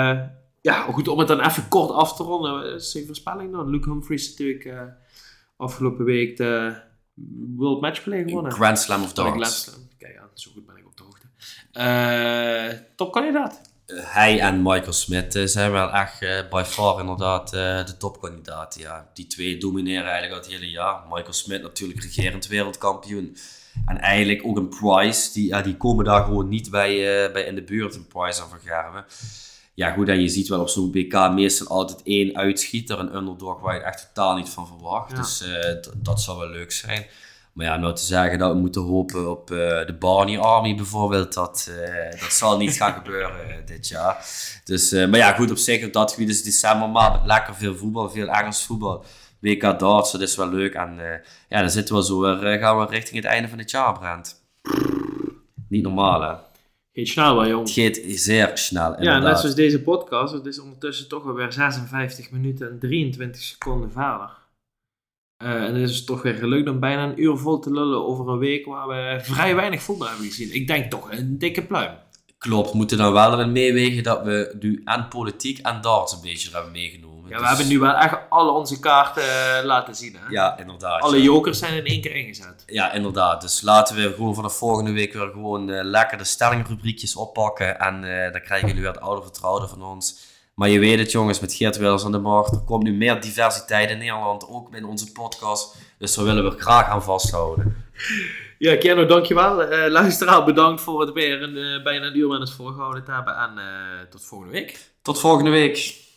ja, goed, om het dan even kort af te ronden. Is een voorspelling dan. Luke Humphries natuurlijk afgelopen week de World Matchplay gewonnen. Grand Slam of Darts. Kijk, ja, zo goed ben ik op de hoogte. Topkandidaat. Hij en Michael Smith zijn wel echt by far inderdaad de topkandidaten. Ja. Die twee domineren eigenlijk al het hele jaar. Michael Smith natuurlijk regerend wereldkampioen. En eigenlijk ook een Price. Die komen daar gewoon niet bij in de buurt. Een Price en Van Gerwen. Ja goed, en je ziet wel op zo'n BK meestal altijd 1 uitschieter. Een underdog waar je echt totaal niet van verwacht. Ja. Dus dat zou wel leuk zijn. Maar ja, nou te zeggen dat we moeten hopen op de Barney Army bijvoorbeeld, dat zal niet gaan gebeuren dit jaar. Dus, maar ja, goed, op zich op dat gebied is december maar met lekker veel voetbal, veel Engels voetbal. WK darts, dat is wel leuk. En ja, dan zitten we zo weer, gaan we richting het einde van het jaar, Brent. Niet normaal, hè? Gaat snel, hè, jong. Het gaat zeer snel, inderdaad. Ja, net zoals deze podcast. Het is ondertussen toch alweer 56 minuten en 23 seconden verder. En het is toch weer gelukt om bijna een uur vol te lullen over een week waar we vrij weinig voetbal hebben gezien. Ik denk toch een dikke pluim. Klopt, we moeten dan wel erin meewegen dat we nu en politiek en darts een beetje hebben meegenomen. Ja, we hebben nu wel echt alle onze kaarten laten zien. Hè? Ja, inderdaad. Alle jokers zijn in 1 keer ingezet. Ja, inderdaad. Dus laten we gewoon vanaf volgende week weer gewoon lekker de stellingrubriekjes oppakken. En dan krijgen jullie weer het oude vertrouwde van ons. Maar je weet het, jongens, met Geert Wilders aan de markt. Er komt nu meer diversiteit in Nederland, ook in onze podcast. Dus daar willen we graag aan vasthouden. Ja, Keanu, dankjewel. Luisteraar, bedankt voor het weer bijna een uur met het volgehouden te hebben. En tot volgende week. Tot volgende week.